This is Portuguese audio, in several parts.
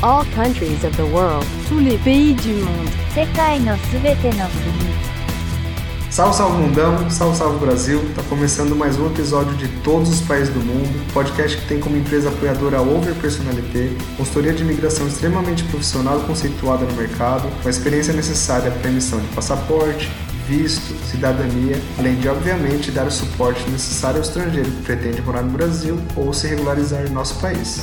all countries of the world, tous les pays du monde, 世界のすべての国。 Salve, salve mundão, salve, salve Brasil. Tá começando mais um episódio de Todos os Países do Mundo, podcast que tem como empresa apoiadora a Over Personalité, consultoria de imigração extremamente profissional e conceituada no mercado, com a experiência necessária para a emissão de passaporte, visto, cidadania, além de, obviamente, dar o suporte necessário ao estrangeiro que pretende morar no Brasil ou se regularizar em nosso país.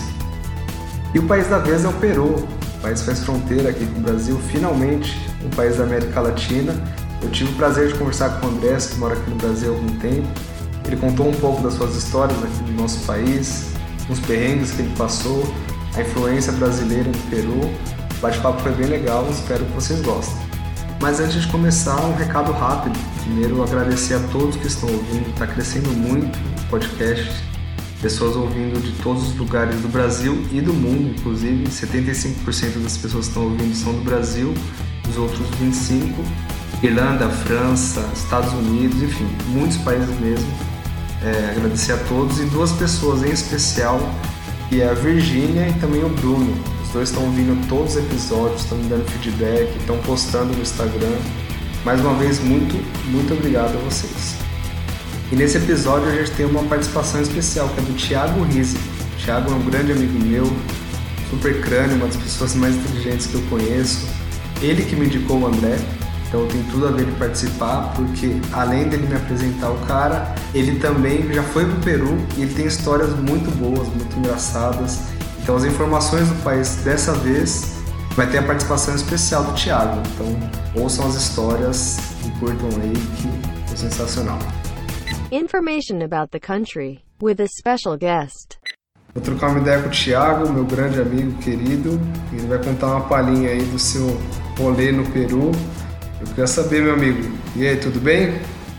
E o país da vez é o Peru. O país faz fronteira aqui com o Brasil, finalmente, um país da América Latina. Eu tive o prazer de conversar com o Andrés, que mora aqui no Brasil há algum tempo. Ele contou um pouco das suas histórias aqui no nosso país, os perrengues que ele passou, a influência brasileira no Peru. O bate-papo foi bem legal, espero que vocês gostem. Mas antes de começar, um recado rápido. Primeiro, agradecer a todos que estão ouvindo. Está crescendo muito o podcast. Pessoas ouvindo de todos os lugares do Brasil e do mundo, inclusive. 75% das pessoas que estão ouvindo são do Brasil, os outros 25%. Irlanda, França, Estados Unidos, enfim, muitos países mesmo. Agradecer a todos e duas pessoas em especial, que é a Virgínia e também o Bruno. Os dois estão ouvindo todos os episódios, estão me dando feedback, estão postando no Instagram. Mais uma vez, muito, muito obrigado a vocês. E nesse episódio a gente tem uma participação especial, que é do Thiago Rizzi. O Thiago é um grande amigo meu, super crânio, uma das pessoas mais inteligentes que eu conheço. Ele que me indicou o André. Então tem tudo a ver ele participar, porque além dele me apresentar o cara, ele também já foi pro Peru e ele tem histórias muito boas, muito engraçadas. Então as informações do país dessa vez vai ter a participação especial do Thiago. Então ouçam as histórias e curtam aí, que é sensacional. Information about the country, with a special guest. Vou trocar uma ideia com o Thiago, meu grande amigo querido. Ele vai contar uma palhinha aí do seu rolê no Peru. Eu queria saber, meu amigo, e aí, tudo bem?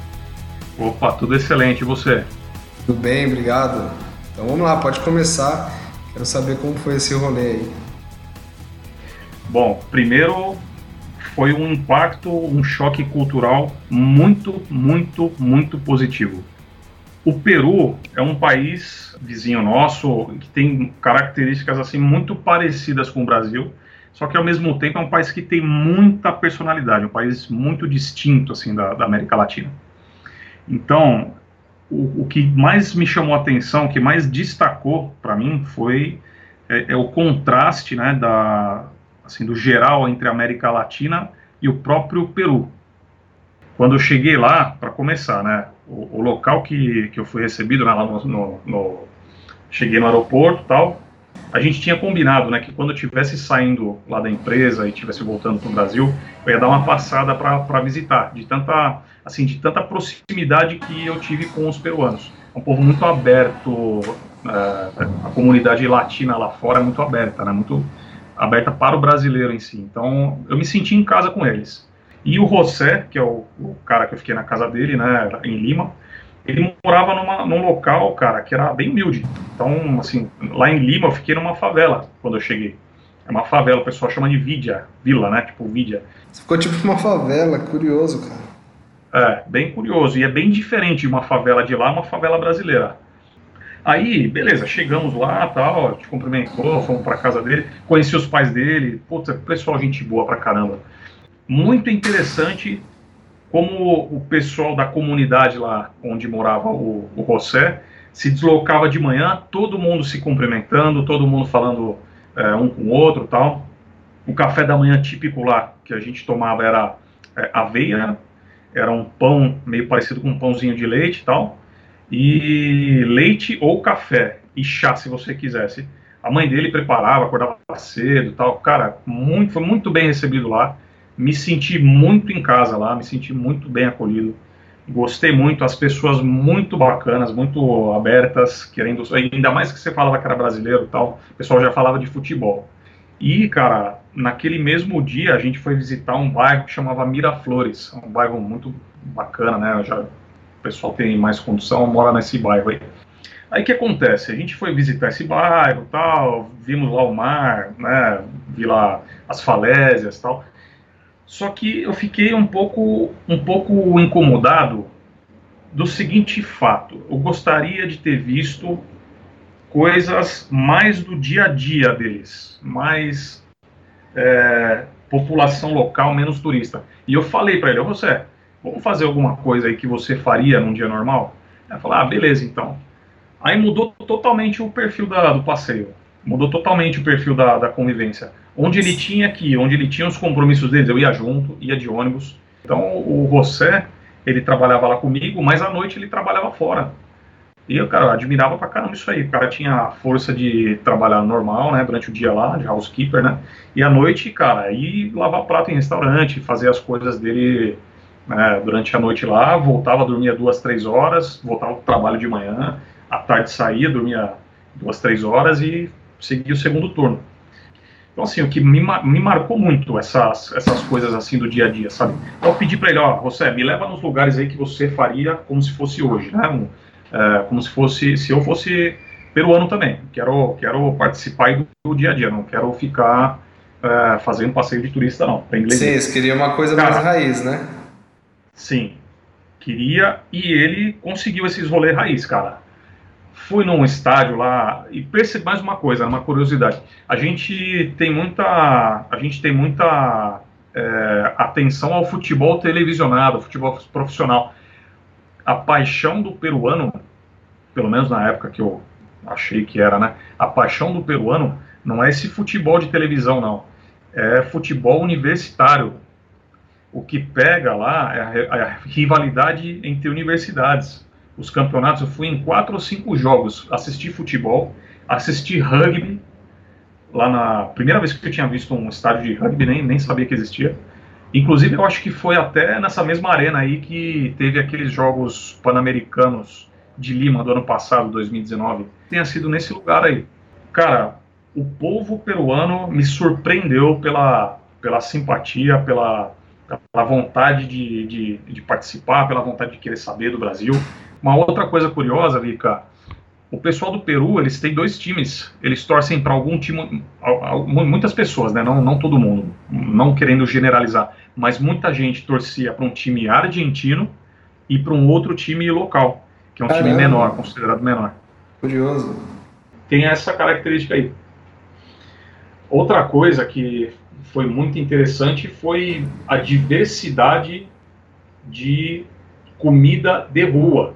Opa, tudo excelente, e você? Tudo bem, obrigado. Então vamos lá, pode começar. Quero saber como foi esse rolê aí. Bom, primeiro foi um impacto, um choque cultural muito, muito, muito positivo. O Peru é um país vizinho nosso que tem características assim muito parecidas com o Brasil. Só que, ao mesmo tempo, é um país que tem muita personalidade, um país muito distinto, assim, da América Latina. Então, o que mais me chamou a atenção, o que mais destacou para mim, foi o contraste, né, do geral entre a América Latina e o próprio Peru. Quando eu cheguei lá, para começar, né, o local que eu fui recebido, né, lá cheguei no aeroporto e tal. A gente tinha combinado, né, que quando eu estivesse saindo lá da empresa e estivesse voltando para o Brasil, eu ia dar uma passada para visitar, de tanta proximidade que eu tive com os peruanos. É um povo muito aberto, a comunidade latina lá fora é muito aberta, né, muito aberta para o brasileiro em si. Então, eu me senti em casa com eles. E o José, que é o cara que eu fiquei na casa dele, né, em Lima, ele morava num local, cara, que era bem humilde. Então, assim, lá em Lima eu fiquei numa favela quando eu cheguei. É uma favela, o pessoal chama de vila, né, tipo Vidia. Você ficou tipo uma favela, curioso, cara. É, bem curioso, e é bem diferente de uma favela de lá, uma favela brasileira. Aí, beleza, chegamos lá, tal, te cumprimentou, fomos pra casa dele, conheci os pais dele, puta, pessoal, gente boa pra caramba. Muito interessante como o pessoal da comunidade lá onde morava o José se deslocava de manhã, todo mundo se cumprimentando, todo mundo falando um com o outro, tal. O café da manhã típico lá que a gente tomava era aveia, era um pão meio parecido com um pãozinho de leite e tal, e leite ou café, e chá se você quisesse. A mãe dele preparava, acordava cedo e tal. Cara, foi muito bem recebido lá. Me senti muito em casa lá, me senti muito bem acolhido. Gostei muito, as pessoas muito bacanas, muito abertas, querendo, ainda mais que você falava que era brasileiro e tal, o pessoal já falava de futebol. E, cara, naquele mesmo dia a gente foi visitar um bairro que chamava Miraflores, um bairro muito bacana, né? O pessoal tem mais condição, mora nesse bairro aí. Aí o que acontece? A gente foi visitar esse bairro e tal, vimos lá o mar, né? Vi lá as falésias e tal. Só que eu fiquei um pouco incomodado do seguinte fato: eu gostaria de ter visto coisas mais do dia a dia deles, mais população local, menos turista. E eu falei para ele, você, vamos fazer alguma coisa aí que você faria num dia normal? Ele falou, beleza, então. Aí mudou totalmente o perfil do passeio, mudou totalmente o perfil da convivência. Onde ele tinha que ir, onde ele tinha os compromissos deles, eu ia junto, ia de ônibus. Então o José, ele trabalhava lá comigo, mas à noite ele trabalhava fora. E eu, cara, admirava pra caramba isso aí. O cara tinha a força de trabalhar normal, né, durante o dia lá, de housekeeper, né, e à noite, cara, ir lavar prato em restaurante, fazer as coisas dele, né, durante a noite lá, voltava, dormia 2, 3 horas, voltava pro trabalho de manhã, à tarde saía, dormia 2, 3 horas e seguia o segundo turno. Então, assim, o que me marcou muito essas coisas assim do dia a dia, sabe? Então, eu pedi pra ele, José, me leva nos lugares aí que você faria como se fosse hoje, né? Como se eu fosse peruano também. Quero participar aí do dia a dia, não quero ficar fazendo passeio de turista, não. Sim, você queria uma coisa mais raiz, né? Sim, queria, e ele conseguiu esses rolês raiz, cara. Fui num estádio lá e percebi mais uma coisa, uma curiosidade. A gente tem muita atenção ao futebol televisionado, ao futebol profissional. A paixão do peruano, pelo menos na época que eu achei que era, né? A paixão do peruano não é esse futebol de televisão, não. É futebol universitário. O que pega lá é a rivalidade entre universidades. Os campeonatos, eu fui em 4 ou 5 jogos, assisti futebol, assisti rugby, lá na primeira vez que eu tinha visto um estádio de rugby, nem sabia que existia. Inclusive, eu acho que foi até nessa mesma arena aí que teve aqueles Jogos Pan-Americanos de Lima do ano passado, 2019. Tenha sido nesse lugar aí. Cara, o povo peruano me surpreendeu pela simpatia, pela vontade de participar, pela vontade de querer saber do Brasil. Uma outra coisa curiosa, Vika, o pessoal do Peru, eles têm 2 times, eles torcem para algum time, muitas pessoas, né, não todo mundo, não querendo generalizar, mas muita gente torcia para um time argentino e para um outro time local, que é um time menor, considerado menor. Curioso. Tem essa característica aí. Outra coisa que foi muito interessante foi a diversidade de comida de rua.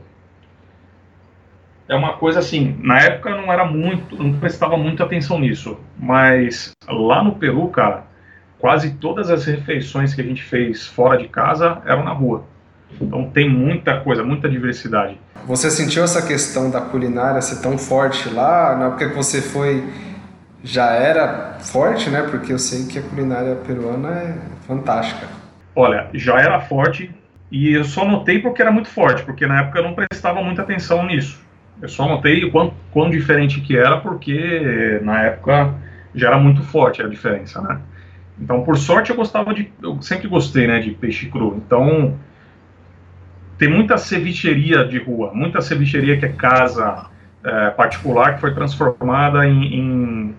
É uma coisa assim, na época não prestava muita atenção nisso, mas lá no Peru, cara, quase todas as refeições que a gente fez fora de casa eram na rua. Então tem muita coisa, muita diversidade. Você sentiu essa questão da culinária ser tão forte lá? Na época que você foi, já era forte, né? Porque eu sei que a culinária peruana é fantástica. Olha, já era forte e eu só notei porque era muito forte, porque na época eu não prestava muita atenção nisso. Eu só notei o quão diferente que era, porque na época já era muito forte a diferença, né? Então, por sorte, eu sempre gostei, né, de peixe cru. Então, tem muita cevicheria de rua, muita cevicheria que é casa particular, que foi transformada em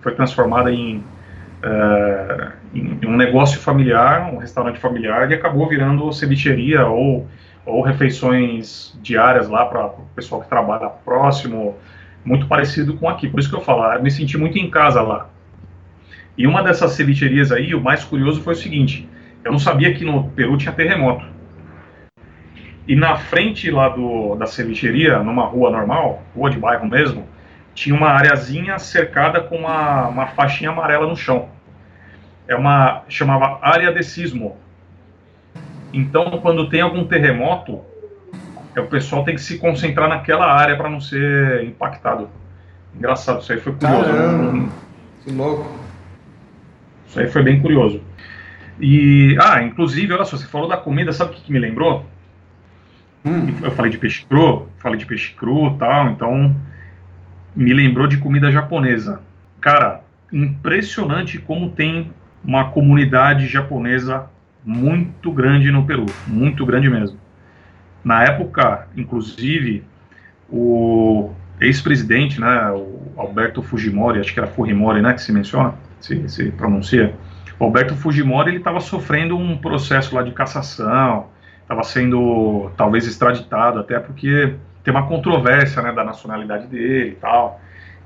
um negócio familiar, um restaurante familiar, e acabou virando cevicheria ou refeições diárias lá para o pessoal que trabalha próximo, muito parecido com aqui. Por isso que eu falo, eu me senti muito em casa lá. E uma dessas cevicherias aí, o mais curioso foi o seguinte, eu não sabia que no Peru tinha terremoto. E na frente lá da cevicheria, numa rua normal, rua de bairro mesmo, tinha uma areazinha cercada com uma faixinha amarela no chão. Chamava área de sismo. Então, quando tem algum terremoto, o pessoal tem que se concentrar naquela área para não ser impactado. Engraçado, isso aí foi curioso. Caramba, que louco. Isso aí foi bem curioso. E, inclusive, olha só, você falou da comida, sabe o que me lembrou? Eu falei de peixe cru e tal, então me lembrou de comida japonesa. Cara, impressionante como tem uma comunidade japonesa muito grande no Peru, muito grande mesmo. Na época, inclusive, o ex-presidente, né, o Alberto Fujimori, acho que era Fujimori, né, que se menciona, se pronuncia, o Alberto Fujimori, ele estava sofrendo um processo lá de cassação, estava sendo talvez extraditado, até porque tem uma controvérsia, né, da nacionalidade dele e tal.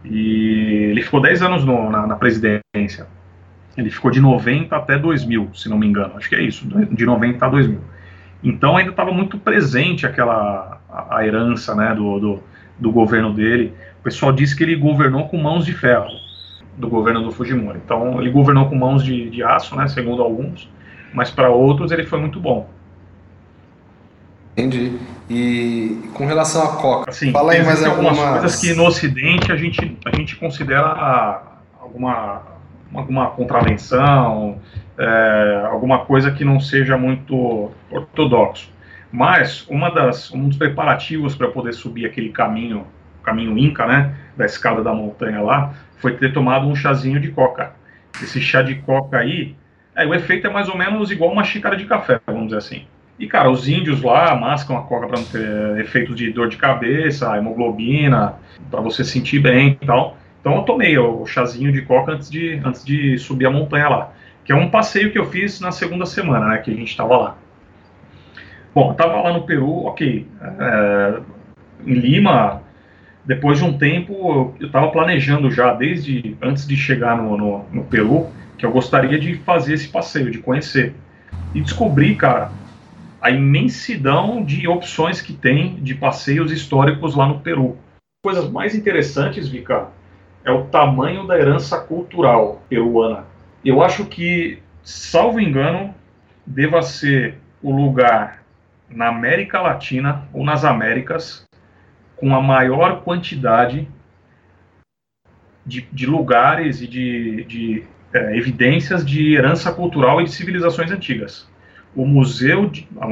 E ele ficou 10 anos na presidência. Ele ficou de 90 até 2000, se não me engano. Acho que é isso, de 90 a 2000. Então ainda estava muito presente a herança, né, do governo dele. O pessoal disse que ele governou com mãos de ferro, do governo do Fujimori. Então ele governou com mãos de aço, né, segundo alguns, mas para outros ele foi muito bom. Entendi. E com relação à Coca, Assim, fala aí mais algumas coisas que no Ocidente a gente considera alguma contravenção, alguma coisa que não seja muito ortodoxo. Mas um dos preparativos para poder subir aquele caminho Inca, né, da escada da montanha lá, foi ter tomado um chazinho de coca. Esse chá de coca aí, o efeito é mais ou menos igual uma xícara de café, vamos dizer assim. E, cara, os índios lá mascam a coca para não ter efeitos de dor de cabeça, hemoglobina, para você sentir bem e tal. Então eu tomei o chazinho de coca antes de subir a montanha lá, que é um passeio que eu fiz na segunda semana, né, que a gente estava lá. Bom, eu estava lá no Peru, ok. Em Lima, depois de um tempo, eu estava planejando já, desde antes de chegar no Peru, que eu gostaria de fazer esse passeio, de conhecer. E descobri, cara, a imensidão de opções que tem de passeios históricos lá no Peru. Coisas mais interessantes, Vika, é o tamanho da herança cultural peruana. Eu acho que, salvo engano, deva ser o lugar na América Latina ou nas Américas com a maior quantidade de lugares e de evidências de herança cultural e de civilizações antigas. O Museu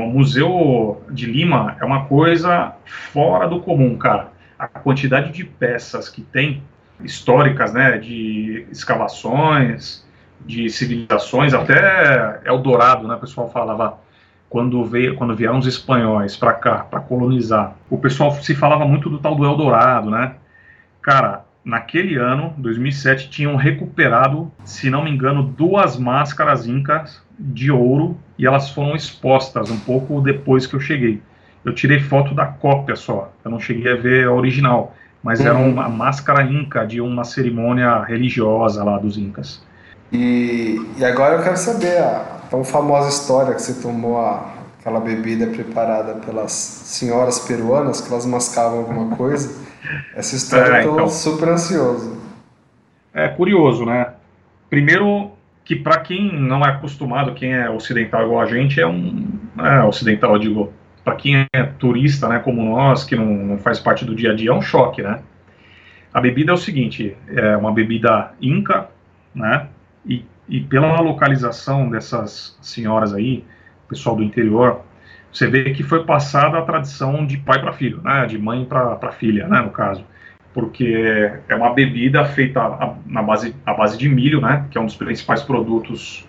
de Lima é uma coisa fora do comum, cara. A quantidade de peças que tem, históricas, né, de escavações, de civilizações, até Eldorado, né, o pessoal falava, quando vieram os espanhóis para cá, para colonizar, o pessoal se falava muito do tal do Eldorado, né? Cara, naquele ano, 2007, tinham recuperado, se não me engano, 2 máscaras incas de ouro, e elas foram expostas um pouco depois que eu cheguei. Eu tirei foto da cópia só, eu não cheguei a ver a original, mas era uma máscara inca de uma cerimônia religiosa lá dos incas. E agora eu quero saber a tão famosa história que você tomou aquela bebida preparada pelas senhoras peruanas, que elas mascavam alguma coisa. Essa história eu tô super ansioso. É curioso, né? Primeiro que para quem não é acostumado, quem é ocidental igual a gente, ocidental, eu digo, para quem é turista, né, como nós, que não faz parte do dia a dia, é um choque, né? A bebida é o seguinte, é uma bebida inca, né? E pela localização dessas senhoras aí, pessoal do interior, você vê que foi passada a tradição de pai para filho, né? De mãe para filha, né, no caso. Porque é uma bebida feita à base de milho, né, que é um dos principais produtos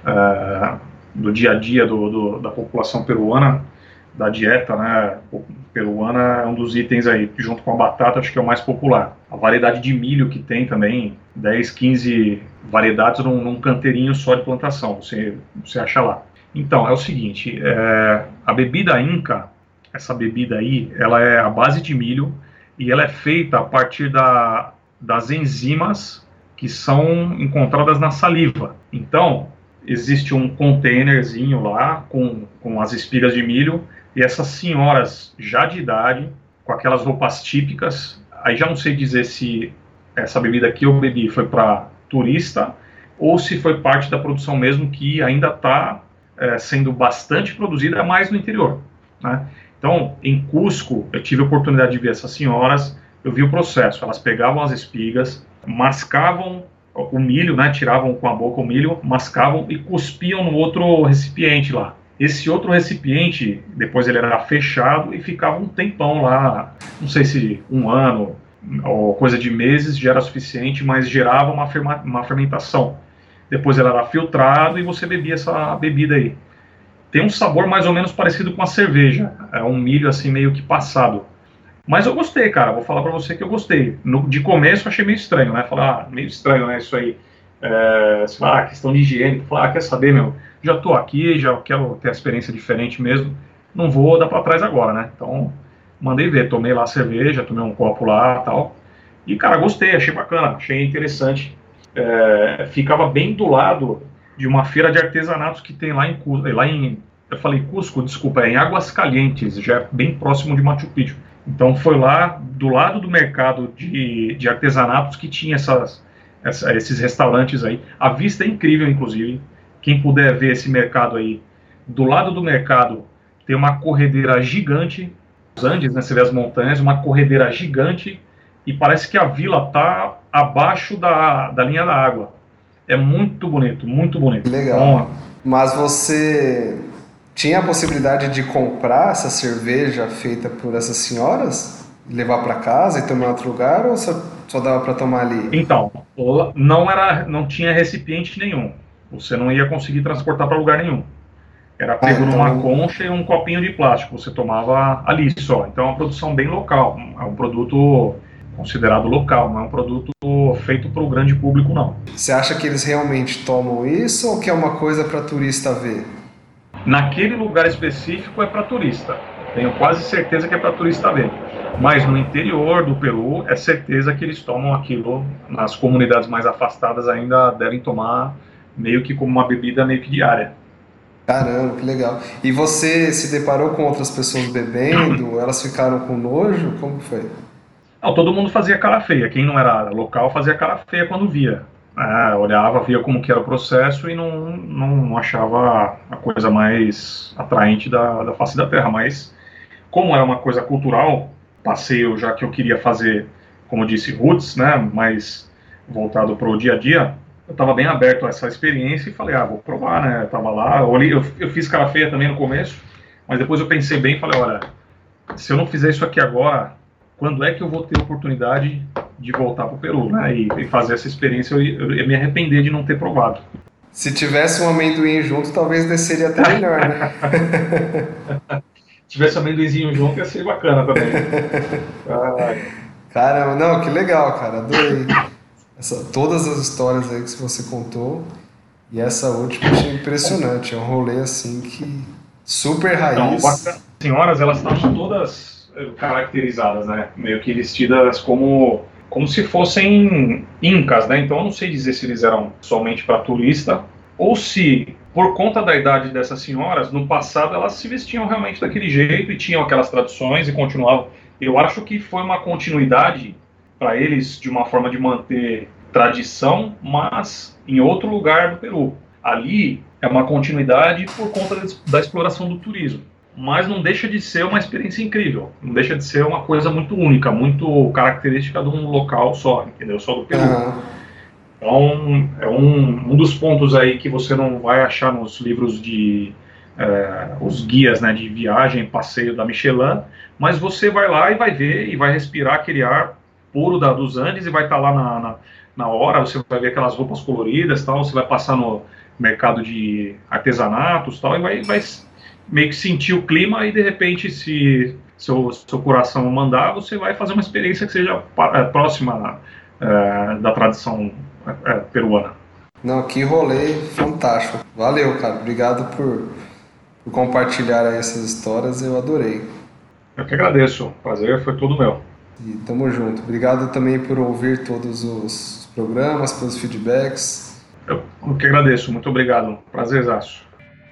do dia a dia da população peruana, da dieta, né, peruana é um dos itens aí, junto com a batata, acho que é o mais popular. A variedade de milho que tem também, 10, 15 variedades num canteirinho só de plantação, você acha lá. Então, é o seguinte, a bebida inca, essa bebida aí, ela é à base de milho, e ela é feita a partir das enzimas que são encontradas na saliva. Então, existe um containerzinho lá com as espigas de milho, e essas senhoras já de idade, com aquelas roupas típicas, aí já não sei dizer se essa bebida que eu bebi foi para turista, ou se foi parte da produção mesmo, que ainda está sendo bastante produzida mais no interior, né? Então, em Cusco, eu tive a oportunidade de ver essas senhoras, eu vi o processo, elas pegavam as espigas, mascavam o milho, né, tiravam com a boca o milho, mascavam e cuspiam no outro recipiente lá. Esse outro recipiente, depois ele era fechado e ficava um tempão lá, não sei se 1 ano ou coisa de meses já era suficiente, mas gerava uma fermentação. Depois ele era filtrado e você bebia essa bebida aí. Tem um sabor mais ou menos parecido com a cerveja. É um milho assim meio que passado. Mas eu gostei, cara. Vou falar pra você que eu gostei. De começo eu achei meio estranho, né? Falar, meio estranho, né? Isso aí. Questão de higiene. Falar, quer saber, meu? Já tô aqui, já quero ter a experiência diferente mesmo. Não vou dar pra trás agora, né? Então, mandei ver. Tomei lá a cerveja, tomei um copo lá e tal. E, cara, gostei, achei bacana, achei interessante. Ficava bem do lado de uma feira de artesanatos que tem lá eu falei Cusco, desculpa, é em Águas Calientes, já é bem próximo de Machu Picchu. Então foi lá do lado do mercado de artesanatos que tinha esses restaurantes aí. A vista é incrível, inclusive. Quem puder ver esse mercado aí, do lado do mercado tem uma corredeira gigante, os Andes, né, você vê as montanhas, uma corredeira gigante, e parece que a vila está abaixo da linha da água. É muito bonito, muito bonito. Legal. Então, mas você tinha a possibilidade de comprar essa cerveja feita por essas senhoras? Levar para casa e tomar em outro lugar, ou só dava para tomar ali? então, não tinha recipiente nenhum. Você não ia conseguir transportar para lugar nenhum. Era pego numa concha e um copinho de plástico. Você tomava ali só. Então é uma produção bem local. É um produto considerado local, não é um produto feito para o grande público, não. Você acha que eles realmente tomam isso ou que é uma coisa para turista ver? Naquele lugar específico é para turista. Tenho quase certeza que é para turista ver. Mas no interior do Peru, é certeza que eles tomam aquilo. Nas comunidades mais afastadas ainda devem tomar meio que como uma bebida meio que diária. Caramba, que legal. E você se deparou com outras pessoas bebendo? Elas ficaram com nojo? Como foi? Não, todo mundo fazia cara feia. Quem não era local fazia cara feia quando via. Olhava, via como que era o processo e não achava a coisa mais atraente da face da terra. Mas, como era uma coisa cultural, passeio já que eu queria fazer, como eu disse, roots, né, mais voltado para o dia a dia, eu estava bem aberto a essa experiência e falei, vou provar, né, eu estava lá, eu fiz cara feia também no começo, mas depois eu pensei bem e falei, olha, se eu não fizer isso aqui agora, quando é que eu vou ter a oportunidade de voltar para o Peru, né, e fazer essa experiência, eu ia me arrepender de não ter provado. Se tivesse um amendoim junto, talvez desceria até melhor, né? Se tivesse amendoizinho junto, ia ser bacana também. Caramba, não, que legal, cara, adorei. Todas as histórias aí que você contou, e essa última eu achei impressionante, é um rolê assim que super raiz. Então, as senhoras, elas estão todas caracterizadas, né, meio que vestidas como se fossem incas, né, então eu não sei dizer se eles eram somente para turista, ou se, por conta da idade dessas senhoras, no passado elas se vestiam realmente daquele jeito e tinham aquelas tradições e continuavam. Eu acho que foi uma continuidade para eles de uma forma de manter tradição, mas em outro lugar do Peru. Ali é uma continuidade por conta da exploração do turismo, mas não deixa de ser uma experiência incrível, não deixa de ser uma coisa muito única, muito característica de um local só, entendeu? Só do Peru. Então, é um dos pontos aí que você não vai achar nos livros os guias, né, de viagem, passeio da Michelin, mas você vai lá e vai ver e vai respirar aquele ar puro dos Andes e vai estar lá na hora, você vai ver aquelas roupas coloridas, tal, você vai passar no mercado de artesanatos, tal, e vai meio que sentir o clima e de repente, se seu coração mandar, você vai fazer uma experiência que seja próxima da tradição peruana. Não, que rolê fantástico. Valeu, cara. Obrigado por compartilhar aí essas histórias, eu adorei. Eu que agradeço, o prazer foi todo meu. E tamo junto. Obrigado também por ouvir todos os programas, pelos feedbacks. Eu que agradeço, muito obrigado. Prazerzaço.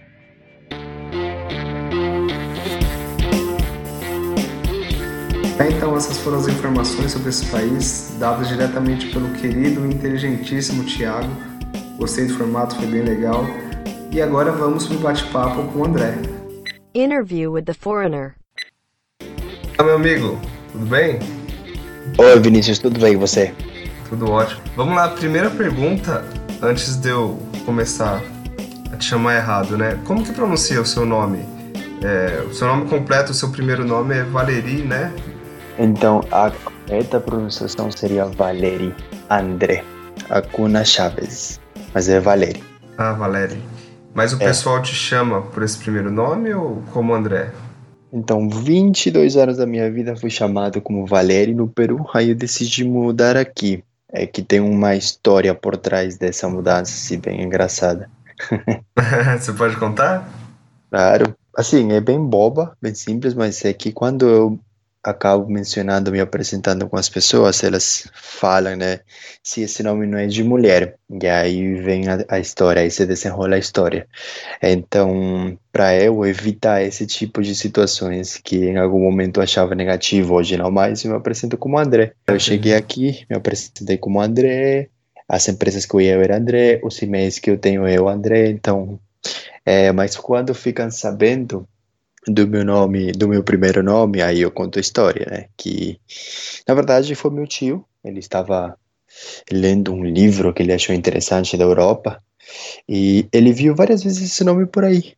Então essas foram as informações sobre esse país, dadas diretamente pelo querido e inteligentíssimo Thiago. Gostei do formato, foi bem legal. E agora vamos para o bate-papo com o André. Interview with the Foreigner. Olá, meu amigo, tudo bem? Oi, Vinícius, tudo bem e você? Tudo ótimo. Vamos lá, primeira pergunta, antes de eu começar a te chamar errado, né? Como que pronuncia o seu nome? O seu nome completo, o seu primeiro nome é Valeri, né? Então, a correta pronunciação seria Valeri André Acuna Chaves, mas é Valeri. Ah, Valeri. Mas o pessoal te chama por esse primeiro nome ou como André? Então, 22 anos da minha vida fui chamado como Valeri no Peru, aí eu decidi mudar aqui. É que tem uma história por trás dessa mudança, assim, bem engraçada. Você pode contar? Claro. Assim, é bem boba, bem simples, mas é que quando eu acabo mencionando, me apresentando com as pessoas, elas falam, né, se esse nome não é de mulher, e aí vem a história, aí se desenrola a história. Então, para eu evitar esse tipo de situações que em algum momento eu achava negativo, hoje não mais, eu me apresento como André. Eu cheguei aqui, me apresentei como André, as empresas que eu ia era André, os e-mails que eu tenho eu, André, então, mas quando ficam sabendo do meu nome, do meu primeiro nome, aí eu conto a história, né? Que na verdade foi meu tio. Ele estava lendo um livro que ele achou interessante da Europa e ele viu várias vezes esse nome por aí.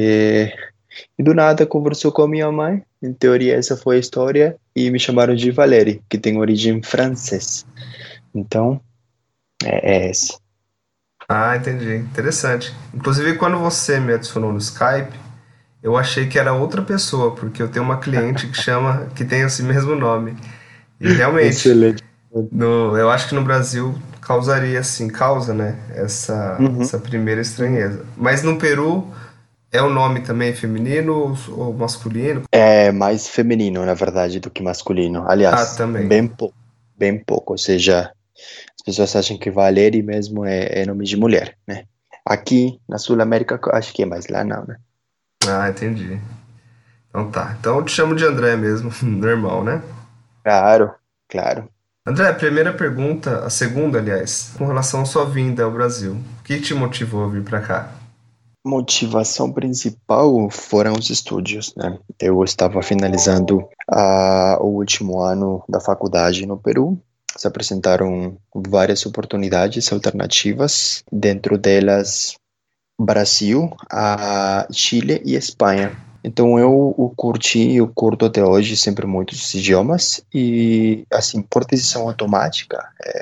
E do nada conversou com a minha mãe. Em teoria essa foi a história e me chamaram de Valérie, que tem origem francesa. Então é essa. Ah, entendi. Interessante. Inclusive, quando você me adicionou no Skype, eu achei que era outra pessoa, porque eu tenho uma cliente que tem esse mesmo nome. E realmente, Excelente. eu acho que no Brasil causaria, assim, causa, né, Uhum. essa primeira estranheza. Mas no Peru, é o nome também feminino ou masculino? É mais feminino, na verdade, do que masculino. Ah, Aliás, também. bem pouco. Ou seja, as pessoas acham que Valérie mesmo é nome de mulher, né? Aqui na Sul América, acho que é mais lá não, né? Ah, entendi. Então tá. Então eu te chamo de André mesmo, normal, né? Claro, claro. André, a primeira pergunta, a segunda, aliás, com relação à sua vinda ao Brasil. O que te motivou a vir pra cá? Motivação principal foram os estudos, né? Eu estava finalizando o último ano da faculdade no Peru. Se apresentaram várias oportunidades alternativas, dentro delas Brasil, Chile e Espanha. Então eu curto até hoje sempre muitos idiomas e, assim, por decisão automática,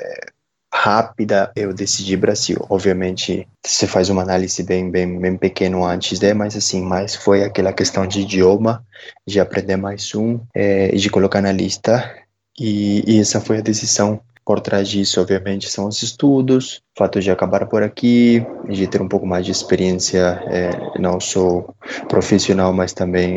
rápida, eu decidi Brasil. Obviamente, você faz uma análise bem pequeno antes, mas assim, mais foi aquela questão de idioma, de aprender mais e de colocar na lista. E essa foi a decisão. Por trás disso, obviamente, são os estudos, o fato de acabar por aqui, de ter um pouco mais de experiência, não só profissional, mas também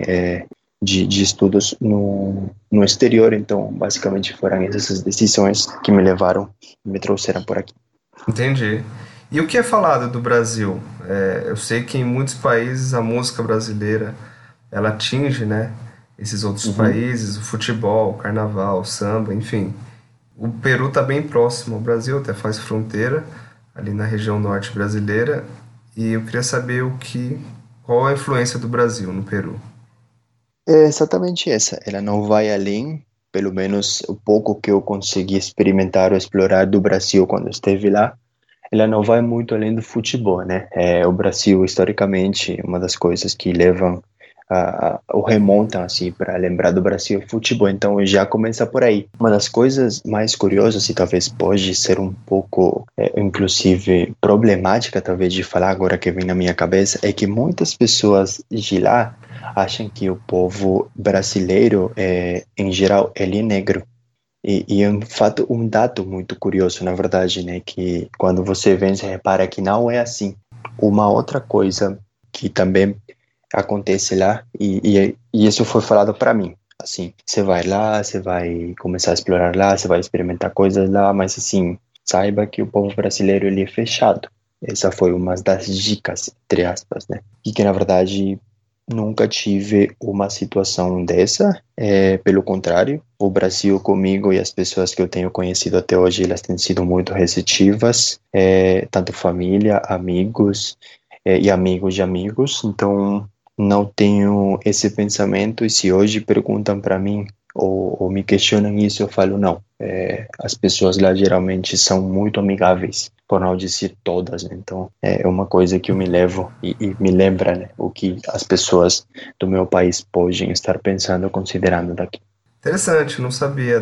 de estudos no exterior. Então, basicamente, foram essas decisões que me levaram e me trouxeram por aqui. Entendi. E o que é falado do Brasil? Eu sei que em muitos países a música brasileira ela atinge, né, esses outros países, o futebol, o carnaval, o samba, enfim. O Peru está bem próximo ao Brasil, até faz fronteira ali na região norte brasileira. E eu queria saber qual a influência do Brasil no Peru. É exatamente essa. Ela não vai além, pelo menos o pouco que eu consegui experimentar ou explorar do Brasil quando esteve lá. Ela não vai muito além do futebol, né? O Brasil, historicamente, uma das coisas que levam ou remontam assim para lembrar do Brasil é o futebol, então já começa por aí. Uma das coisas mais curiosas e talvez pode ser um pouco inclusive problemática talvez de falar agora que vem na minha cabeça é que muitas pessoas de lá acham que o povo brasileiro em geral ele é negro. E é um dado muito curioso, na verdade, né, que quando você vem, você repara que não é assim. Uma outra coisa que também acontece lá, e isso foi falado para mim, assim, você vai lá, você vai começar a explorar lá, você vai experimentar coisas lá, mas assim, saiba que o povo brasileiro, ele é fechado. Essa foi uma das dicas, entre aspas, né, e que na verdade nunca tive uma situação dessa, pelo contrário, o Brasil comigo e as pessoas que eu tenho conhecido até hoje, elas têm sido muito receptivas, tanto família, amigos e amigos de amigos, então não tenho esse pensamento e se hoje perguntam para mim ou me questionam isso, eu falo não. As pessoas lá geralmente são muito amigáveis, por não dizer todas, né? Então é uma coisa que eu me levo e me lembra, né, o que as pessoas do meu país podem estar pensando, considerando daqui. Interessante, não sabia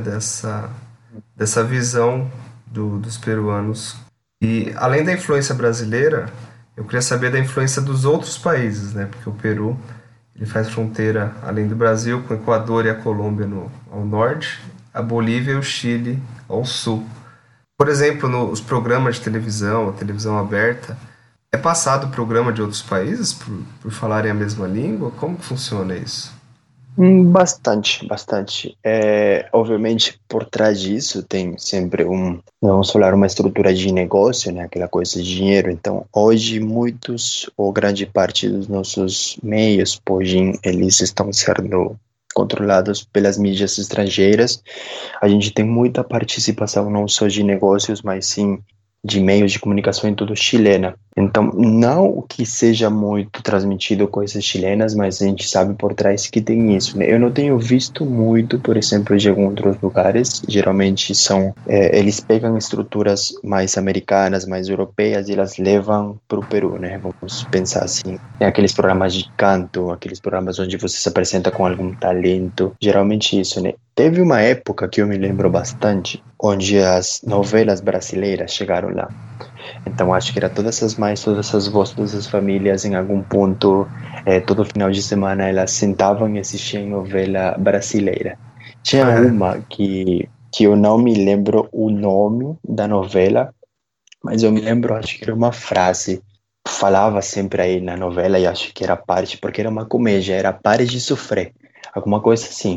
dessa visão dos peruanos. E além da influência brasileira, eu queria saber da influência dos outros países, né? Porque o Peru ele faz fronteira, além do Brasil, com o Equador e a Colômbia ao norte, a Bolívia e o Chile ao sul. Por exemplo, nos programas de televisão, a televisão aberta, é passado o programa de outros países por falarem a mesma língua? Como que funciona isso? Bastante, bastante. Obviamente, por trás disso tem sempre vamos falar, uma estrutura de negócio, né? Aquela coisa de dinheiro. Então, hoje, muitos ou grande parte dos nossos meios, hoje, eles estão sendo controlados pelas mídias estrangeiras. A gente tem muita participação não só de negócios, mas sim de meios de comunicação em tudo chilena. Então, não que seja muito transmitido coisas chilenas, mas a gente sabe por trás que tem isso, né? Eu não tenho visto muito, por exemplo, de alguns outros lugares. Geralmente eles pegam estruturas mais americanas, mais europeias, e elas levam para o Peru, né? Vamos pensar assim, tem aqueles programas de canto, aqueles programas onde você se apresenta com algum talento. Geralmente isso, né? Teve uma época que eu me lembro bastante, onde as novelas brasileiras chegaram lá. Então acho que era todas as mães, todas as vozes, todas as famílias em algum ponto, todo final de semana elas sentavam e assistiam novela brasileira. Tinha uma que eu não me lembro o nome da novela, mas eu me lembro, acho que era uma frase, falava sempre aí na novela, e acho que era parte, porque era uma comédia, era Pare de Sofrer, alguma coisa assim.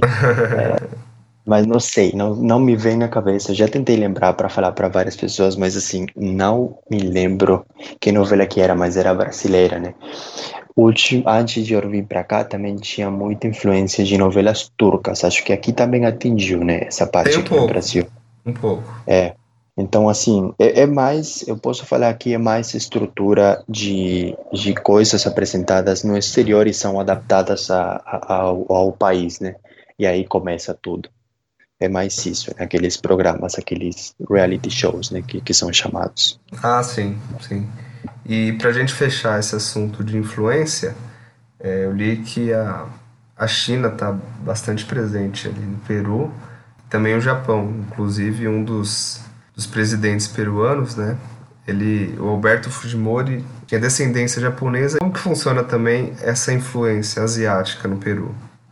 Mas não sei, não me vem na cabeça. Eu já tentei lembrar para falar para várias pessoas, mas assim, não me lembro que novela que era, mas era brasileira, né? Antes de eu vir para cá, também tinha muita influência de novelas turcas. Acho que aqui também atingiu, né? Essa parte aqui no Brasil. Um pouco. Então, assim, é mais, eu posso falar que é mais estrutura de coisas apresentadas no exterior e são adaptadas ao país, né? E aí começa tudo. É mais isso, né? Aqueles programas, aqueles reality shows, né? Que são chamados. Ah, sim. E pra gente fechar esse assunto de influência, eu li que a China está bastante presente ali no Peru, também o Japão. Inclusive, um dos presidentes peruanos, né? O Alberto Fujimori, tinha descendência japonesa. Como que funciona também essa influência asiática no Peru?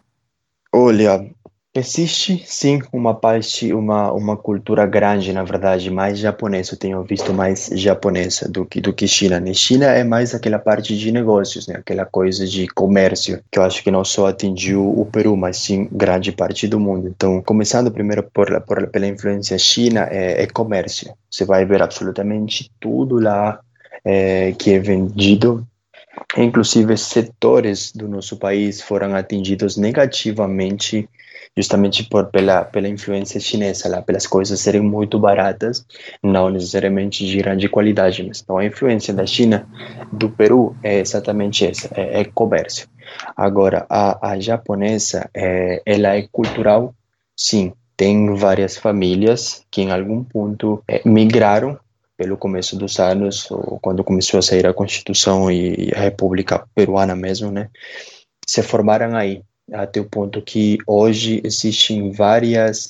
Olha, existe sim uma parte, uma cultura grande, na verdade, mais japonesa. Eu tenho visto mais japonesa do que China, né? China é mais aquela parte de negócios, né? Aquela coisa de comércio, que eu acho que não só atingiu o Peru, mas sim grande parte do mundo. Então, começando primeiro pela influência China, é comércio. Você vai ver absolutamente tudo lá que é vendido. Inclusive, setores do nosso país foram atingidos negativamente justamente pela influência chinesa lá, pelas coisas serem muito baratas, não necessariamente de grande qualidade, mas então a influência da China, do Peru, é exatamente essa, é comércio. Agora, a japonesa, ela é cultural, sim, tem várias famílias que em algum ponto migraram pelo começo dos anos, ou quando começou a sair a Constituição e a República Peruana mesmo, né, se formaram aí, até o ponto que hoje existem vários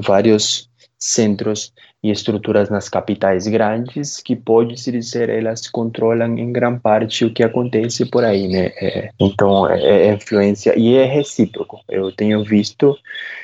centros e estruturas nas capitais grandes que, pode-se dizer, elas controlam em grande parte o que acontece por aí, né? Então, é influência e é recíproco. Eu tenho visto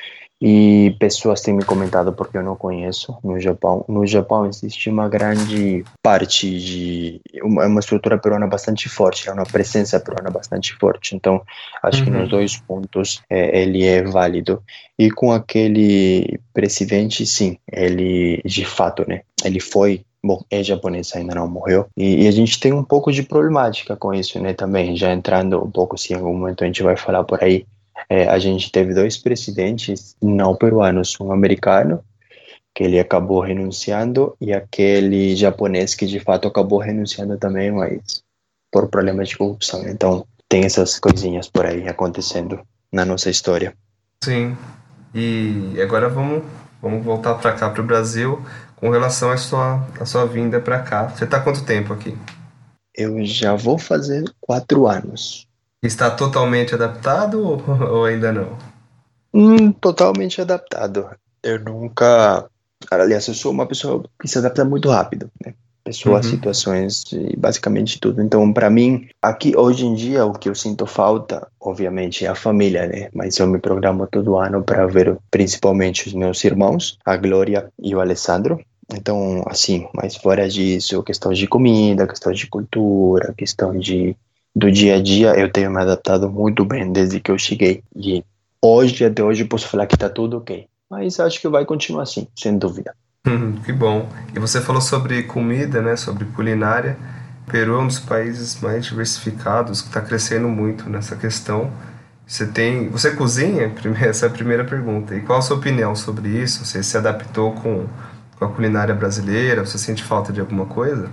e pessoas têm me comentado, porque eu não conheço, no Japão. No Japão existe uma grande parte uma estrutura peruana bastante forte, uma presença peruana bastante forte. Então, acho que nos dois pontos ele é válido. E com aquele presidente, sim, ele, de fato, né, ele foi, bom, é japonês, ainda não morreu. E a gente tem um pouco de problemática com isso, né, também, já entrando um pouco, se em algum momento a gente vai falar por aí. A gente teve dois presidentes não peruanos, um americano, que ele acabou renunciando, e aquele japonês que de fato acabou renunciando também, mas por problemas de corrupção. Então tem essas coisinhas por aí acontecendo na nossa história. Sim, e agora vamos voltar para cá, para o Brasil, com relação à sua vinda para cá. Você está há quanto tempo aqui? Eu já vou fazer 4 anos. Está totalmente adaptado ou ainda não? Totalmente adaptado. Eu nunca... Aliás, eu sou uma pessoa que se adapta muito rápido, né? Pessoas, situações e basicamente tudo. Então, para mim, aqui hoje em dia, o que eu sinto falta, obviamente, é a família, né? Mas eu me programo todo ano para ver principalmente os meus irmãos, a Glória e o Alessandro. Então, assim, mas fora disso, questão de comida, questão de cultura, questão do dia a dia, eu tenho me adaptado muito bem desde que eu cheguei. E hoje, até hoje, eu posso falar que está tudo ok. Mas acho que vai continuar assim, sem dúvida. Que bom. E você falou sobre comida, né? Sobre culinária. O Peru é um dos países mais diversificados, que está crescendo muito nessa questão. Você cozinha? Essa é a primeira pergunta. E qual a sua opinião sobre isso? Você se adaptou com a culinária brasileira? Você sente falta de alguma coisa?